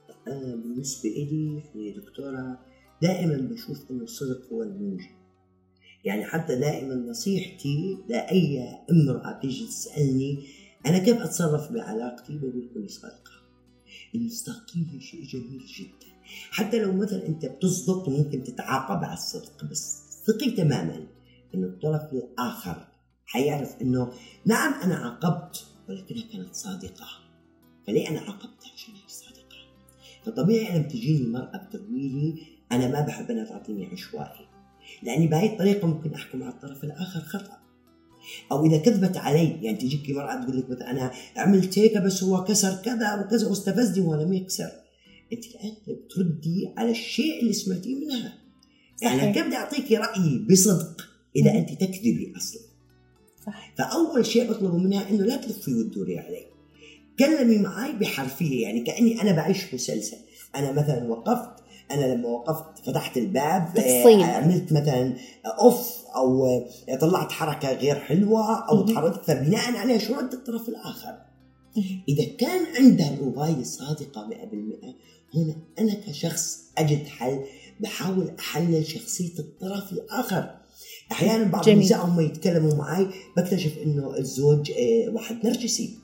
بالنسبة إلي يا دكتورة دائما بشوف أن الصدق هو المنجي. يعني حتى دائما نصيحتي لأي امرأة تيجي تسألني أنا كيف أتصرف بعلاقتي، بقول كوني صادقة. المصداقية شيء جميل جدا، حتى لو مثلا أنت بتصدق ممكن تتعاقب على الصدق، بس ثقي تماما إنه الطرف الآخر حيعرف إنه نعم أنا عاقبت ولكنها كانت صادقة، فليه أنا عاقبتها عشان هي صادقة. فطبيعي لما تجيني المرأة بتقولي أنا ما بحب أنها تعطيني عشوائي، لأني بهي الطريقة ممكن أحكم على الطرف الآخر خطأ. أو إذا كذبت علي، يعني تجيك مرأة تقول لك مثلا أنا عملت هيك بس هو كسر كذا وكذا واستفزني وأنا ما يكسر، أنت الآن بتردي على الشيء اللي سمعتيه منها. يعني كيف بدي أعطيكي رأيي بصدق إذا أنت تكذبي أصلا؟ صح. فأول شيء بطلبه منها إنه لا تلفي وتدوري علي، كلمي معي بحرفية، يعني كأني أنا بعيش مسلسل. أنا مثلا وقفت، أنا لما وقفت فتحت الباب، عملت مثلا أوف أو طلعت حركة غير حلوة أو تحركت، فبناء عليها شو رد الطرف الآخر. إذا كان عندها الرواية صادقة 100%، هنا أنا كشخص أجد حل، بحاول أحلل شخصية الطرف الآخر. أحيانا بعض النساء هم يتكلموا معي بكتشف إنه الزوج واحد نرجسي،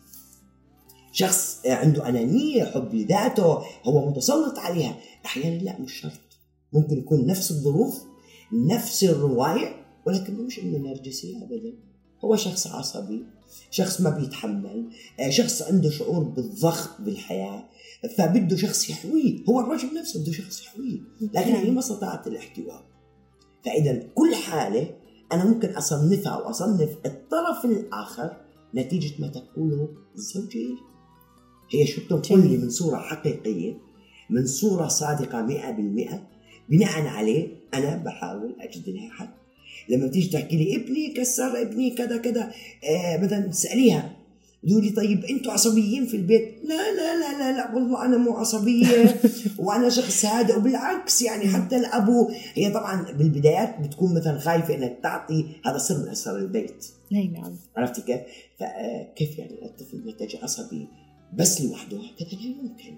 شخص عنده أنانية، حب لذاته، هو متسلط عليها. أحيانا لا، مش شرط، ممكن يكون نفس الظروف نفس الرواية، ولكن مش إنه نرجسي أبدا، هو شخص عصبي، شخص ما بيتحمل، شخص عنده شعور بالضغط بالحياة، فبده شخص يحويه. هو الرجل نفسه بده شخص يحويه، لكن هي ما استطاعت الاحتواء. فإذا كل حالة أنا ممكن أصنفها وأصنف الطرف الآخر نتيجة ما تقوله الزوجية. هي شو بتنقل لي من صورة حقيقية، من صورة صادقة 100%، بناء عليه أنا بحاول أجد لها حل. لما بتيجي تحكي لي ابني كسر، ابني كذا كذا، مثلا تسأليها تقولي طيب أنتوا عصبيين في البيت؟ لا لا لا لا لا والله أنا مو عصبية وأنا شخص هادئ، وبالعكس يعني حتى الأبو، هي طبعا بالبدايات بتكون مثلا خايفة إنك تعطي هذا سر من أسرار البيت. نعم. عرفتي كيف؟ فكيف يعني الطفل نتج عصبي بس لوحده؟ هكذا لا يمكن.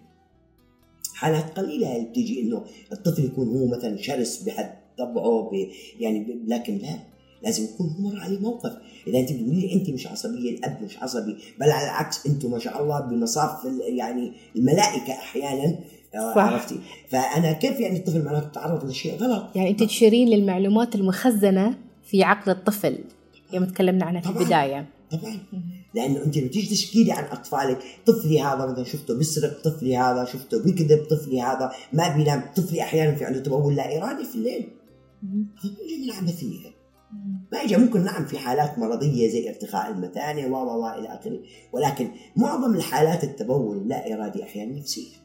حالات قليلة اللي بتيجي إنه الطفل يكون هو مثلا شرس بحد طبعه يعني، لكن لا، لازم يكون هو مر عليه موقف. إذا أنت بتقولي لي أنت مش عصبية، الأب مش عصبي، بل على العكس أنتم ما شاء الله بمصاف يعني الملائكة أحيانا. عرفتي؟ فأنا كيف يعني الطفل معناته تعرض لشيء غلط؟ يعني أنت تشيرين للمعلومات المخزنة في عقل الطفل يوم تكلمنا عنها في البداية. طبعا، لأنه أنت لما تيجي تشكي لي عن أطفالك، طفلي هذا مثلا شفته بيسرق، طفلي هذا شفته بيكذب، طفلي هذا ما بينام، طفلي أحيانا في عنده تبول لا إرادي في الليل، فبيجي من عبثية. ما إجا ممكن نعم في حالات مرضية زي ارتخاء المثانة و إلى آخره، ولكن معظم الحالات التبول اللا إرادي أحيانا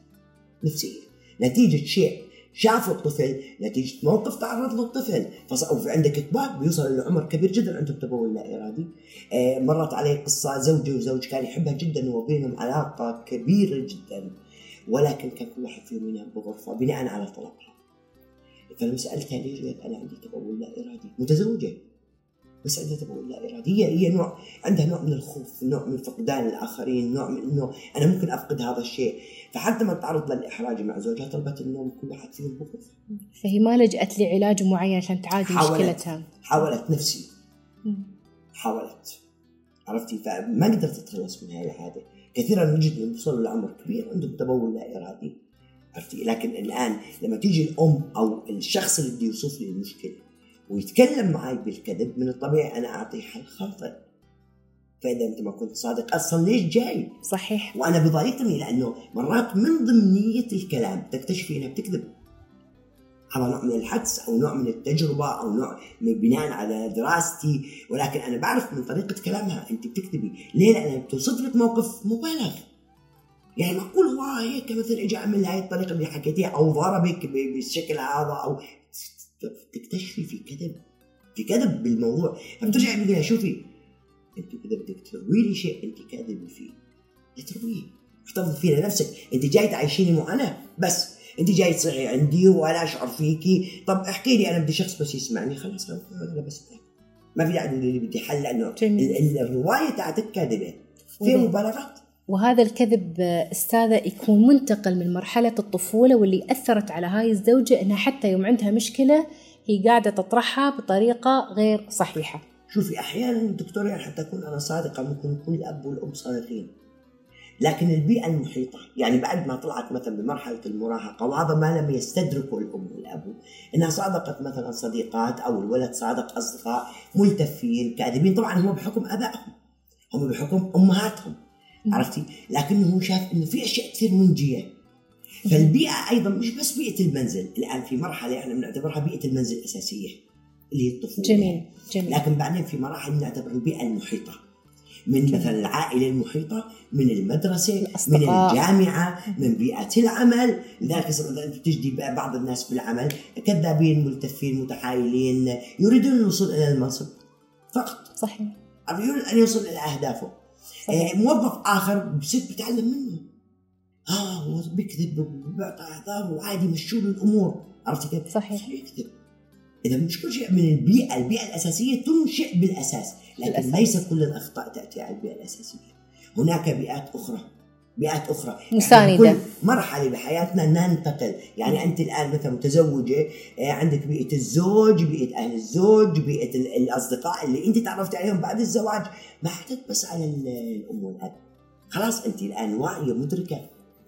نفسية نتيجة شيء شافوا الطفل، نتيجة موقف تعرض له الطفل. أو في عندك كبار بيوصل لعمر كبير جدا عندهم تبول لا إرادي. مرت علي قصة زوجة وزوج كان يحبها جدا وبينهم علاقة كبيرة جدا، ولكن كان كل واحد فيهم ينام بغرفة بناء على طلبها. فلما سألتها ليش، قالت أنا عندي تبول لا إرادي، متزوجة بس عندها تبول لا إرادي. هي نوع، عندها نوع من الخوف، نوع من فقدان الآخرين، نوع من إنه أنا ممكن أفقد هذا الشيء. فحتى ما تعرض للإحراج مع زوجها طلبت النوم كل واحد فيهم بغرفة. فهي ما لجأت لعلاج معين عشان تعالج مشكلتها، حاولت نفسي، حاولت، عرفتي؟ فما قدرت تتخلص من هذه العادة. كثيرا نجد من وصلوا لعمر كبير عندهم تبول لا إرادي، عرفتي؟ لكن الآن لما تيجي الأم أو الشخص اللي بده يوصف لي المشكلة ويتكلم معي بالكذب، من الطبيعي أنا أعطيه حل خاطئ. فإذا أنت ما كنت صادق أصلا ليش جاي؟ صحيح. وأنا بضايقني لأنه مرات من ضمنية الكلام تكتشفي أنها بتكذب على نوع من الحدس أو نوع من التجربة أو نوع من بناء على دراستي، ولكن أنا بعرف من طريقة كلامها أنت بتكذبي. ليه؟ لأنها بتوصف لك موقف مبالغ. يعني معقول هو هيك مثل إجا عمل هاي الطريقة اللي حكيتيها أو ضربك بالشكل هذا، أو تكتشفي في كذب بالموضوع. فبترجع بيقولها شوفي أنت كذا بدك تروي لي شيء أنت كاذب فيه، لا ترويه، احتفظ فيه لنفسك. أنت جاي تعيشيني مو أنا بس، أنت جاي تصيري عندي وأنا أشعر فيكي. طب احكي لي، أنا بدي شخص بس يسمعني، خلاص أنا بس ما في داعي اللي بدي حل، لأنه الرواية تاعتك كاذبة في مبالغات. وهذا الكذب أستاذة يكون منتقل من مرحلة الطفولة، واللي أثرت على هاي الزوجة إنها حتى يوم عندها مشكلة هي قاعدة تطرحها بطريقة غير صحيحة. شوفي أحيانا الدكتور يعني حتى أكون أنا صادقة ممكن يكون الأب والأم صادقين، لكن البيئة المحيطة يعني بعد ما طلعت مثلا بمرحلة المراهقة وهذا ما لم يستدركه الأم والأب، إنها صادقت مثلا صديقات أو الولد صادق أصدقاء ملتفين كاذبين، طبعا هم بحكم آبائهم، هم بحكم أمهاتهم، عرفتي؟ لكنه هو شاف إنه في أشياء كثير منجية. فالبيئة أيضا مش بس بيئة المنزل، الآن في مرحلة إحنا بنعتبرها بيئة المنزل الأساسية اللي هي الطفولة. جميل جميل. لكن بعدين في مراحل بنعتبر البيئة المحيطة، من مثلا العائلة المحيطة، من المدرسة، الأصدقاء، من الجامعة، من بيئة العمل. لذلك مثلا تجدي بعض الناس بالعمل كذابين ملتفين متحايلين يريدون الوصول إلى المنصب فقط، صحيح، يريدون أن يوصل إلى أهدافه. موظف آخر بصير بيتعلم منه، هو بيكذب وبيعطي أعذار وعادي مشوا له الأمور، عرفتي كيف؟ صحيح. يكذب. إذا مش كل شيء من البيئة الأساسية تنشئ بالأساس، لكن ليس كل الأخطاء تأتي على البيئة الأساسية. هناك بيئات أخرى مساندة. كل مرحلة بحياتنا ننتقل. يعني أنت الآن مثلا متزوجة، عندك بيئة الزوج، بيئة أهل الزوج، بيئة الأصدقاء اللي أنت تعرفت عليهم بعد الزواج، ما حدث بس على الأم والأب. خلاص أنت الآن واعية مدركة.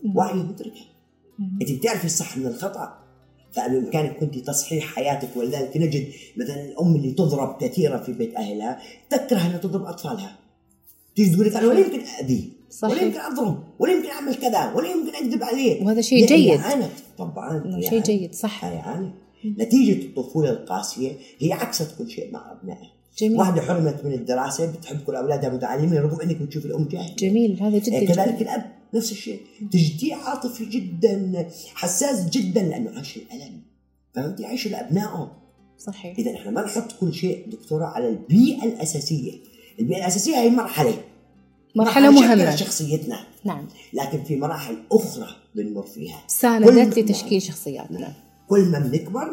أنت بتعرفي الصح من الخطأ، فبإمكانك كنت تصحيح حياتك. ولذلك نجد مثلا الأم اللي تضرب كثيرا في بيت أهلها تكره أن تضرب أطفالها، تيجي تقول لك أنا ولا يمكن أذيه، ولا يمكن أضرب، ولا يمكن أعمل كذا، ولا يمكن أكذب عليه. وهذا شيء جيد طبعا شيء جيد، صح. نتيجة الطفولة القاسية هي عكست كل شيء مع أبنائها. جميل. واحدة حرمت من الدراسة بتحب كل أولادها متعلمين رغم أنك بتشوف الأم جاهلة. جميل، هذا جدا كذلك الأب نفس الشيء، تجديه عاطفي جدا، حساس جدا، لأنه عاش الألم، فهمتي؟ عايش لأبنائه. صحيح. إذا إحنا ما نحط كل شيء دكتورة على البيئة الأساسية. البيئة الأساسية هي مرحلة مهمة شخصيتنا. نعم. لكن في مراحل أخرى بنمر فيها ساندت لتشكيل شخصياتنا. كل ما بنكبر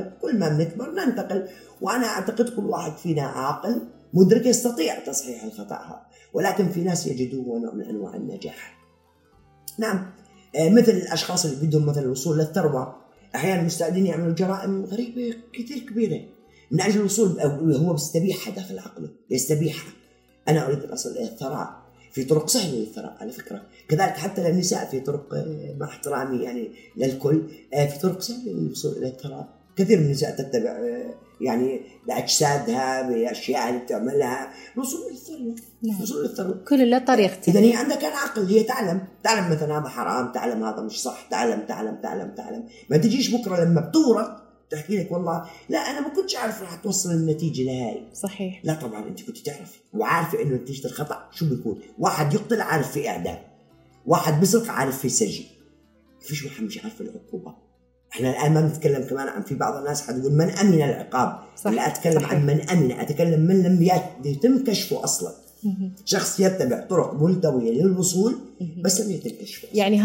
ننتقل. وأنا أعتقد كل واحد فينا عاقل مدرك يستطيع تصحيح الخطأ، ولكن في ناس يجدون نوع من أنواع النجاح. نعم، مثل الأشخاص اللي بدهم مثلا الوصول للثروة، أحيانا مستعدين يعملوا جرائم غريبة كثير كبيرة من أجل الوصول، هو بيستبيحها داخل عقله، يستبيحها. أنا أريد أن أصل إلى الثراء، في طرق سهلة للثراء على فكرة. كذلك حتى للنساء في طرق، مع احترامي يعني للكل، في طرق سهلة للوصول إلى الثراء. كثير من النساء تتبع يعني بأجسادها، بأشياء اللي بتعملها، وصول للثروة. كل له طريقته. إذا هي عندها كان عقل، هي تعلم مثلا هذا حرام، تعلم هذا مش صح، تعلم. ما تجيش بكرة لما بتورط تحكي لك والله لا أنا ما كنتش عارف راح توصل النتيجة لهاي. صحيح. لا طبعا أنت كنت تعرفي وعارفة إنه نتيجة الخطأ شو بيكون. واحد يقتل عارف في إعدام، واحد بسرق عارف في سجن، فيش واحد مش عارف العقوبة. احنا الآن ما نتكلم كمان عن، في بعض الناس حتقول من أمن العقاب. لا أتكلم عن من أمن، أتكلم من لم يتم كشفه أصلا. شخص يتبع طرق ملتوية للوصول بس لم يتم كشفه. يعني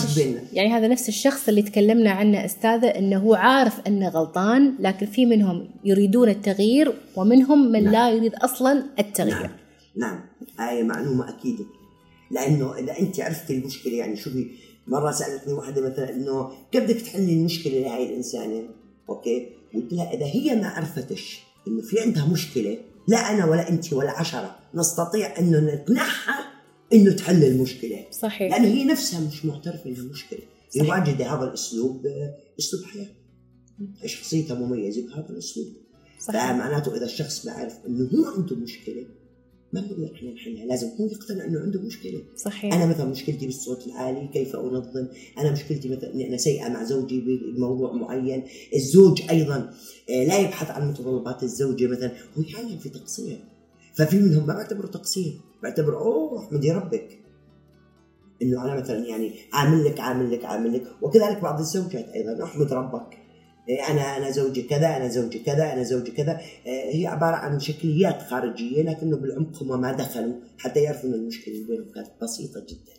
هذا نفس الشخص اللي تكلمنا عنه أستاذة، إنه هو عارف أنه غلطان، لكن في منهم يريدون التغيير ومنهم من لا يريد أصلا التغيير. نعم. هاي معلومة أكيدة، لأنه إذا أنت عرفتي المشكلة، يعني شوفي، مرة سألتني واحدة مثلا إنه كيف بدك تحلي المشكلة لهاي الإنسانة؟ أوكي، قلت لها إذا هي ما عرفتش إنه في عندها مشكلة، لا أنا ولا أنت ولا 10 نستطيع إنه نتنحى إنه تحل المشكلة. صحيح. لأنه هي نفسها مش معترفة إنها مشكلة. هي واجدة هذا الأسلوب أسلوب حياة، شخصيتها مميزة بهذا الأسلوب. فمعناته إذا الشخص ما عرف إنه هو عنده مشكلة، ما بنقدر احنا نحلها، لازم هو يقتنع انه عنده مشكله. صحيح. انا مثلا مشكلتي بالصوت العالي، كيف انظم؟ انا مشكلتي مثلا اني انا سيئه مع زوجي بموضوع معين. الزوج ايضا لا يبحث عن متطلبات الزوجه مثلا، هو يعلم في تقصير. ففي منهم ما بعتبره تقصير، بعتبر احمدي ربك انه انا مثلا يعني عامل لك. وكذلك بعض الزوجات ايضا، احمد ربك أنا زوجي كذا. هي عبارة عن شكليات خارجية، لكنه بالعمق هم ما دخلوا حتى يعرفوا أن المشكلة اللي بينهم كانت بسيطة جدا.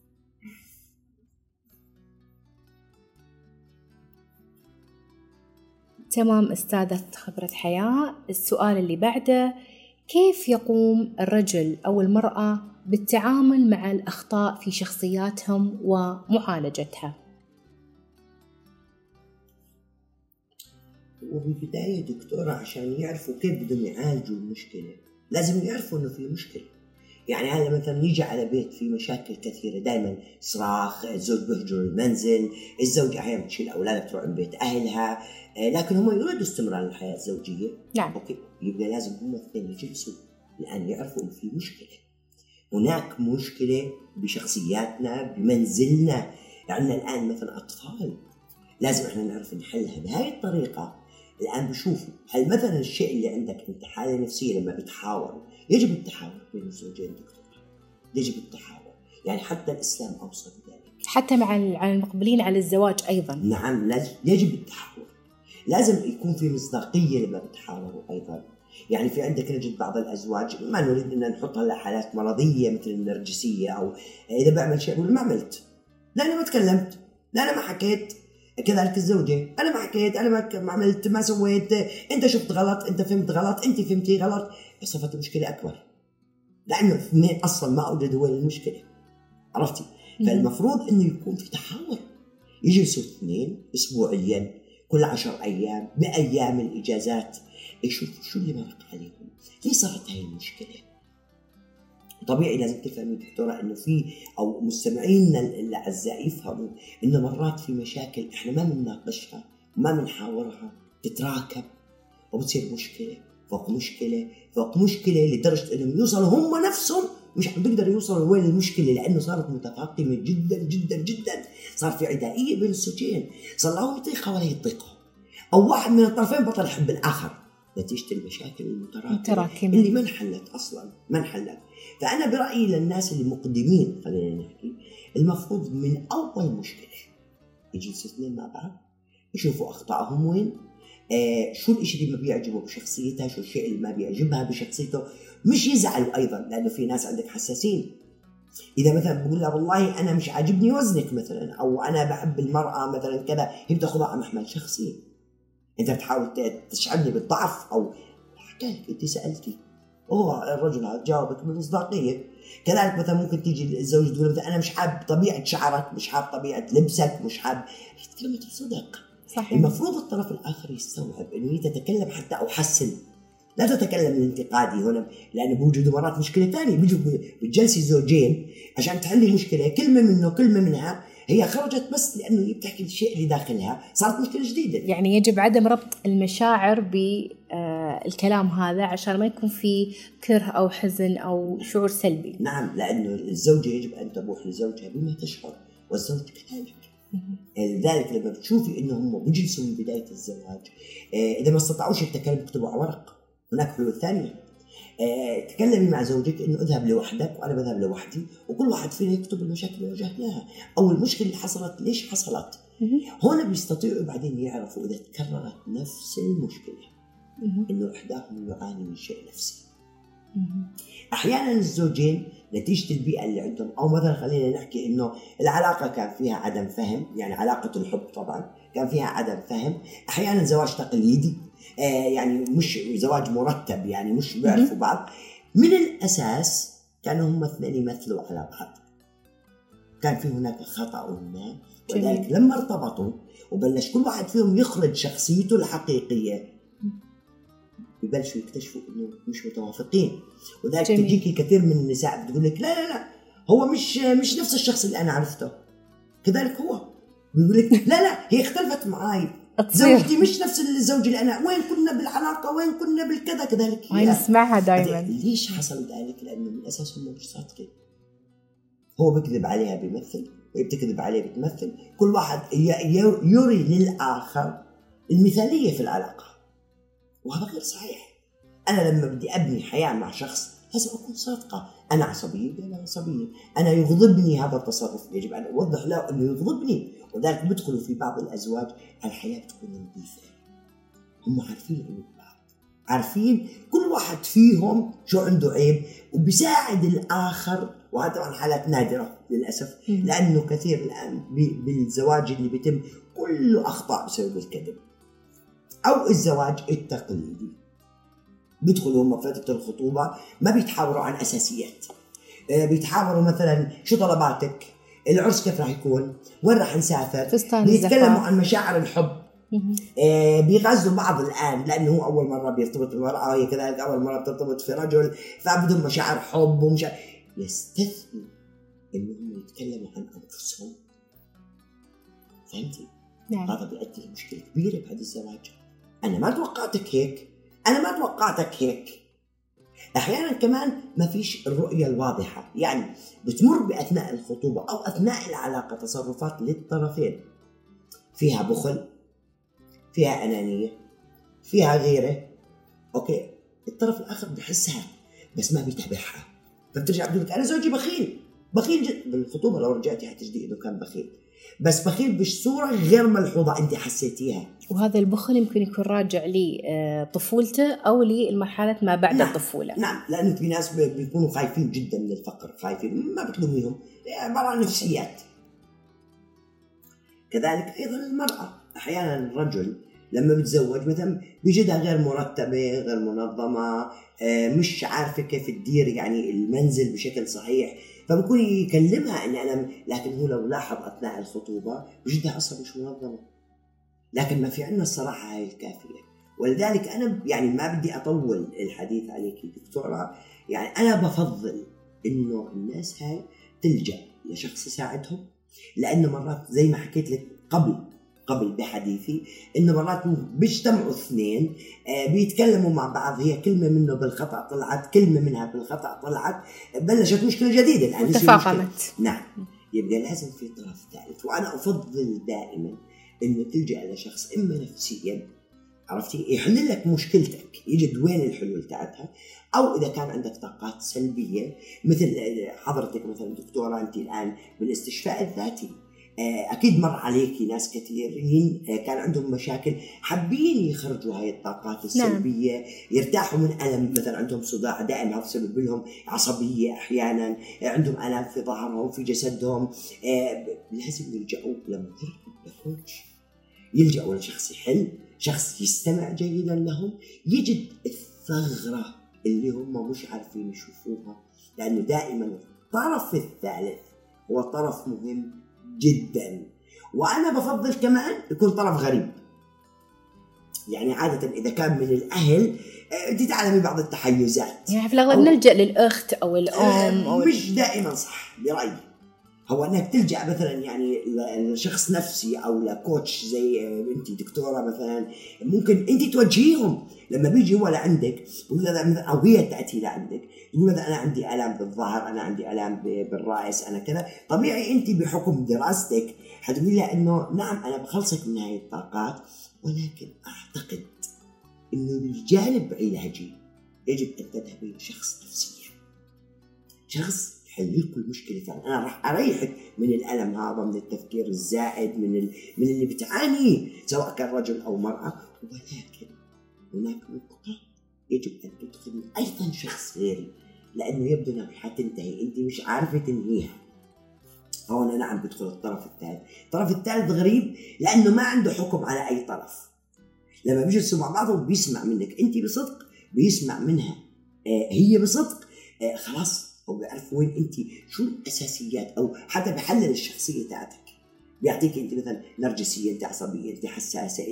تمام أستاذة خبرة حياة. السؤال اللي بعده، كيف يقوم الرجل أو المرأة بالتعامل مع الأخطاء في شخصياتهم ومعالجتها؟ وبالبداية دكتورة عشان يعرفوا كيف بدهم يعالجوا المشكلة لازم يعرفوا إنه في مشكلة. يعني هلا مثلا يجي على بيت في مشاكل كثيرة، دائما صراخ، الزوج بيهجر المنزل، الزوجة أحيانا بتشيل أولادها تروح من بيت أهلها، لكن هم يريدوا استمرار الحياة الزوجية. نعم. أوكي، يبقى لازم هم الاثنين يجلسوا الآن يعرفوا إنه في مشكلة، هناك مشكلة بشخصياتنا بمنزلنا. عندنا الآن مثلا أطفال لازم إحنا نعرف نحلها بهاي الطريقة. الآن بشوفوا هل مثلا الشيء اللي عندك أنت حالة نفسية لما بتحاوروا، يجب التحاور بين الزوجين دكتور، يجب التحاور، يعني حتى الإسلام أوصى بذلك، حتى مع المقبلين على الزواج أيضا. نعم يجب التحاور، لازم يكون في مصداقية لما بتحاوروا أيضا. يعني في عندك نجد بعض الأزواج ما نريد أن نحطها لحالات مرضية مثل النرجسية، أو إذا بعمل شيء أقول ما عملت، لا أنا ما تكلمت، لا أنا ما حكيت. كذلك الزوجة، أنا ما حكيت، أنا ما عملت، ما سويت، أنت شفت غلط، أنت فهمت غلط، أنت فهمتي غلط، صارت المشكلة أكبر لأنه اثنين أصلا ما أوجدوا وين المشكلة، عرفتي؟ فالمفروض إنه يكون في تحاور، يجلسوا اثنين أسبوعيا، كل 10 أيام، بأيام الإجازات، يشوفوا شو اللي مرق عليهم، ليه صارت هاي المشكلة. طبيعي لازم تفهمي دكتورة إنه في أو مستمعينا الأعزاء يفهموا إنه مرات في مشاكل إحنا ما بنناقشها وما بنحاورها، تتراكب وبتصير مشكلة فوق مشكلة فوق مشكلة، لدرجة إنهم يوصلوا هم نفسهم مش عم بيقدروا يوصلوا وين المشكلة، لأنه صارت متفاقمة جدا جدا جدا. صار في عدائية بين الزوجين، صار لهم يطيقها ولا يطيقها، أو واحد من الطرفين بطل يحب الآخر، نتيجة المشاكل المتراكمة اللي ما انحلت أصلا، ما انحلت. فأنا برأيي للناس اللي مقدمين، خلينا نحكي، المفروض من أول مشكلة يجلسوا اثنين مع بعض يشوفوا أخطائهم وين، شو الإشي اللي ما بيعجبه بشخصيتها، شو الشيء اللي ما بيعجبها بشخصيته، مش يزعلوا أيضا، لأنه في ناس عندك حساسين. إذا مثلا بقول لها والله أنا مش عاجبني وزنك مثلا، أو أنا بحب المرأة مثلا كذا، هي بتاخذها على محمل شخصي، أنت بتحاول تشعرني بالضعف، أو حكالك أنت سألتي الرجل جاوبك بمصداقية. كذلك مثلا ممكن تيجي الزوج تقول مثلا أنا مش حاب طبيعة شعرك، مش حاب طبيعة لبسك، مش حاب، كلمة بصدق. صحيح. المفروض الطرف الآخر يستوعب إنه هي تتكلم حتى أحسن، لا تتكلم الانتقادي هنا، لأنه بوجود مرات مشكلة تانية، بيجوا بالجلسة زوجين عشان تحلي مشكلة، كلمة منه كلمة منها، هي خرجت بس لأنه هي بتحكي الشيء اللي داخلها، صارت مشكلة جديدة. يعني يجب عدم ربط المشاعر بالكلام هذا عشان ما يكون في كره أو حزن أو شعور سلبي. نعم، لأنه الزوجة يجب أن تبوح لزوجها بما تشعر، والزوج كذلك. لذلك لما بتشوفي إنه هم بيجلسوا من بداية الزواج، إذا ما استطاعوش التكلم بيكتبوا على ورق، هناك حلول ثانية. تكلمي مع زوجك إنه اذهب لوحدك وأنا بذهب لوحدي، وكل واحد فينا يكتب المشاكل اللي واجهناها أو المشكلة اللي حصلت ليش حصلت. هنا بيستطيعوا بعدين يعرفوا إذا تكررت نفس المشكلة إنه إحداهم يعاني من شيء نفسي. أحيانا الزوجين نتيجة البيئة اللي عندهم، أو مثلا خلينا نحكي إنه العلاقة كان فيها عدم فهم، يعني علاقة الحب طبعا كان فيها عدم فهم، أحيانا زواج تقليدي، يعني مش زواج مرتب، يعني مش بيعرفوا بعض من الأساس، كانوا هم اثنين يمثلوا على بعض، كان في هناك خطأ ما، وذلك لما ارتبطوا وبلش كل واحد فيهم يخرج شخصيته الحقيقية يبلشوا يكتشفوا إنه مش متوافقين. وذلك تجيكي كثير من النساء بتقول لك لا هو مش نفس الشخص اللي أنا عرفته، كذلك هو بيقول لك لا هي اختلفت معاي، زوجتي مش نفس الزوج اللي أنا، وين كنا بالعلاقة، وين كنا بالكذا، كذلك هي نسمعها دائما. ليش حصل ذلك؟ لأنه من الأساس هم مش صادقين، هو بكذب عليها بيمثل، وهي بتكذب عليه بتمثل، كل واحد يري للآخر المثالية في العلاقة، وهذا غير صحيح. أنا لما بدي أبني حياة مع شخص لازم أكون صادقة، أنا عصبية ولا عصبية، أنا يغضبني هذا التصرف، يجب أن أوضح له أنه يغضبني. وذلك بدخلوا في بعض الأزواج الحياة تكون نظيفة، هم عارفين عن بعض، عارفين كل واحد فيهم شو عنده عيب وبيساعد الآخر. وهذا طبعا حالات نادرة للأسف، لأنه كثير الآن بالزواج اللي بيتم كله أخطاء بسبب الكذب، أو الزواج التقليدي بيدخلوا هم فترة الخطوبة ما بيتحاوروا عن أساسيات، بيتحاوروا مثلا شو طلباتك، العرس كيف راح يكون، وين راح نسافر، بيتكلموا عن مشاعر الحب بيغزوا بعض الآن لأنه هو أول مرة بيرتبط بمرأة، هي كذلك أول مرة بترتبط في رجل، فبدهم مشاعر حب ومشاعر. يستثنوا إنهم يتكلموا عن أنفسهم. فهمتي؟ نعم. هذا بيؤدي لمشكلة كبيرة بهذا الزواج. أنا ما توقعتك هيك، أنا ما توقعتك هيك. أحيانا كمان ما فيش الرؤية الواضحة، يعني بتمر بأثناء الخطوبة أو أثناء العلاقة تصرفات للطرفين فيها بخل، فيها أنانية، فيها غيرة. أوكي، الطرف الآخر بحسها بس ما بيتابعها، فبترجع بتقول لك أنا زوجي بخيل جدا. بالخطوبة لو رجعتي حتجدي إنه كان بخيل، بس بخيل بصورة غير ملحوظة أنت حسيتيها. وهذا البخل يمكن يكون راجع لطفولته أو لمرحلة ما بعد الطفولة. نعم، لأنه في ناس بيكونوا خايفين جدا من الفقر، خايفين، ما بتلوميهم، عبارة عن نفسيات. كذلك أيضا المرأة، أحيانا الرجل لما بتزوج مثلا بيجدها غير مرتبة، غير منظمة، مش عارفة كيف تدير يعني المنزل بشكل صحيح، فبكون يكلمها إن أنا، لكن هو لو لاحظ أثناء الخطوبة بيجدها أصلا مش منظمة. لكن ما في عندنا الصراحة هاي الكافية. ولذلك أنا يعني ما بدي أطول الحديث عليك دكتورة، يعني أنا بفضل إنه الناس هاي تلجأ لشخص يساعدهم، لأنه مرات زي ما حكيت لك قبل بحديثي إنه مرات بيجتمعوا اثنين بيتكلموا مع بعض، هي كلمة منه بالخطأ طلعت، كلمة منها بالخطأ طلعت، بلشت مشكلة جديدة الآن وتفاقمت. نعم، يبقى لازم في طرف ثالث. وأنا أفضل دائما إنه تلجأ لشخص إما نفسيا، عرفتي، يحل لك مشكلتك، يجد وين الحلول تاعتها، أو إذا كان عندك طاقات سلبية مثل حضرتك مثلا دكتورة أنت الآن بالاستشفاء الذاتي، أكيد مر عليكي ناس كثيرين كان عندهم مشاكل حابين يخرجوا هاي الطاقات السلبية. نعم. يرتاحوا من ألم، مثلا عندهم صداع دائم هذا بسبب لهم عصبية، أحيانا عندهم ألم في ظهرهم في جسدهم، لازم يلجأوا لما يخرج، يلجأوا لشخص يحل، شخص يستمع جيدا لهم، يجد الثغرة اللي هم مش عارفين يشوفوها، لأنه دائما الطرف الثالث هو طرف مهم جدا. وأنا بفضل كمان يكون طرف غريب، يعني عادة إذا كان من الأهل أنت تعلمي بعض التحيزات، يعني في الأغلب نلجأ للأخت أو الأم أو مش دائما صح برأيي، هو أنك تلجأ مثلا يعني لشخص نفسي أو لكوتش زي أنت دكتورة مثلا، ممكن أنت توجهيهم لما بيجي هو لعندك أو هي تأتي لعندك يقول مثلا أنا عندي آلام بالظهر، أنا عندي آلام بالرأس، أنا كذا. طبيعي أنت بحكم دراستك حتقولي لها إنه نعم أنا بخلصك من هاي الطاقات، ولكن أعتقد إنه بالجانب علاجي يجب أن تذهبي لشخص نفسي، شخص يحل لكم المشكلة فعلا. أنا راح أريحك من الألم هذا، من التفكير الزائد، من اللي بتعانيه سواء كان رجل أو مرأة. ولكن هناك نقطة يجب أن تدخلي أيضا شخص غيري، لأنه يبدو أنها حتنتهي أنت مش عارفة تنهيها. هون نعم بدخل الطرف الثالث. الطرف الثالث غريب لأنه ما عنده حكم على أي طرف، لما بيجلسوا مع بعض وبيسمع منك أنت بصدق، بيسمع منها هي بصدق، خلاص هو بيعرف وين أنت شو الأساسيات، أو حتى بحلل الشخصية تاعتك، بيعطيك أنت مثلا نرجسية، أنت عصبية، أنت حساسة،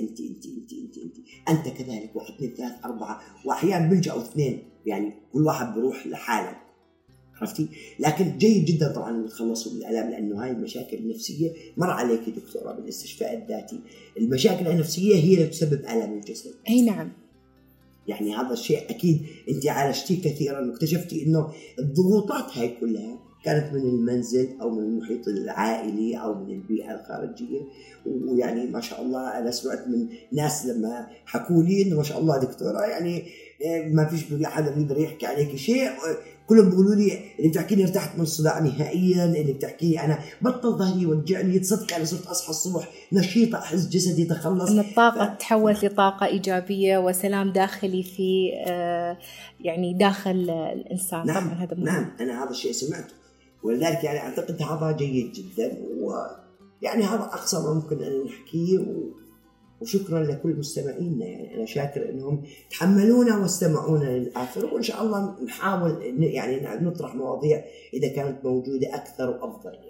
أنت كذلك، 1 2 3 4، وأحيانا بيلجأوا 2، يعني كل واحد بيروح لحاله، عرفتي. لكن جيد جدا طبعا نتخلصوا من الآلام، لأنه هاي المشاكل النفسية مر عليك دكتورة بالاستشفاء الذاتي، المشاكل النفسية هي اللي تسبب آلام الجسد. أي نعم، يعني هذا الشيء أكيد أنت عالجتيه كثيرا، واكتشفتي إنه الضغوطات هاي كلها كانت من المنزل أو من المحيط العائلي أو من البيئة الخارجية. ويعني ما شاء الله أنا سمعت من ناس لما حكوا لي إنه ما شاء الله دكتورة يعني ما فيش حدا بيقدر يحكي عليك شيء، كلهم بيقولوا لي اللي بتحكي لي ارتحت من الصداع لنهائيا، اللي بتحكي لي أنا بطل ظهري يوجعني، تصدق أنا صرت أصحى الصبح نشيطة، أحس جسدي تخلص، أن الطاقة تحولت لطاقة إيجابية وسلام داخلي في يعني داخل الإنسان. نعم. طبعا هذا نعم أنا هذا الشيء سمعته، ولذلك يعني أعتقد هذا جيد جدا، ويعني هذا أقصى ما ممكن أن نحكيه. وشكرا لكل مستمعينا، يعني أنا شاكر أنهم تحملونا واستمعونا للآخر، وإن شاء الله نحاول يعني نطرح مواضيع إذا كانت موجودة أكثر وأفضل.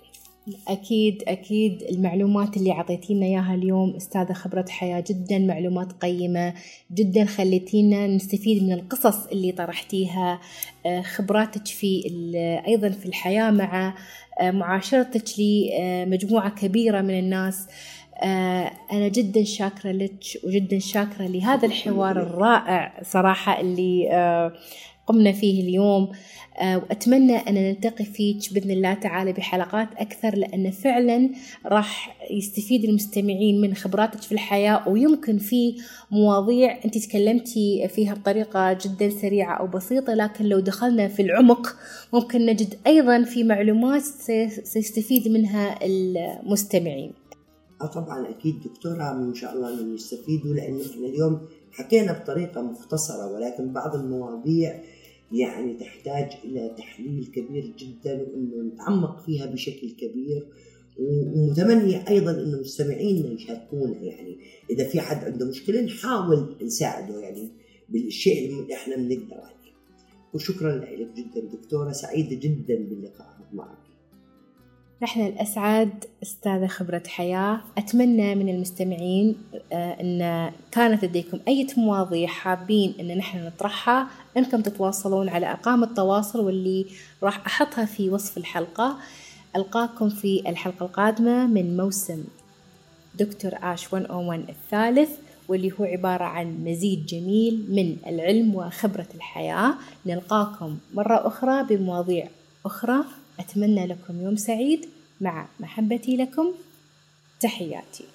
أكيد المعلومات اللي عطيتينا إياها اليوم أستاذة خبرة حياة جدا معلومات قيمة جدا، خليتينا نستفيد من القصص اللي طرحتيها، خبراتك أيضا في الحياة مع معاشرتك لمجموعة كبيرة من الناس. أنا جدا شاكرة لك وجدا شاكرة لهذا الحوار الرائع صراحة اللي قمنا فيه اليوم، وأتمنى أن نلتقي فيك بإذن الله تعالى بحلقات أكثر، لأن فعلا راح يستفيد المستمعين من خبراتك في الحياة، ويمكن في مواضيع أنت تكلمتي فيها بطريقة جدا سريعة أو بسيطة، لكن لو دخلنا في العمق ممكن نجد أيضا في معلومات سيستفيد منها المستمعين. طبعا أكيد دكتورة، إن شاء الله أنهم يستفيدوا، لأنه إحنا اليوم حكينا بطريقة مختصرة، ولكن بعض المواضيع يعني تحتاج إلى تحليل كبير جدا وإنه نتعمق فيها بشكل كبير، ومتمنية أيضا إنه مستمعينا يشاركونا، يعني إذا في حد عنده مشكلة نحاول نساعده يعني بالشيء اللي إحنا بنقدر عليه. وشكرا لك جدا دكتورة، سعيدة جدا باللقاء معك. نحن الأسعد أستاذة خبرة حياة. أتمنى من المستمعين أن كانت لديكم أي مواضيع حابين أن نحن نطرحها أنكم تتواصلون على أرقام التواصل واللي راح أحطها في وصف الحلقة. ألقاكم في الحلقة القادمة من موسم دكتور آش 101 الثالث، واللي هو عبارة عن مزيج جميل من العلم وخبرة الحياة. نلقاكم مرة أخرى بمواضيع أخرى. أتمنى لكم يوم سعيد، مع محبتي لكم، تحياتي.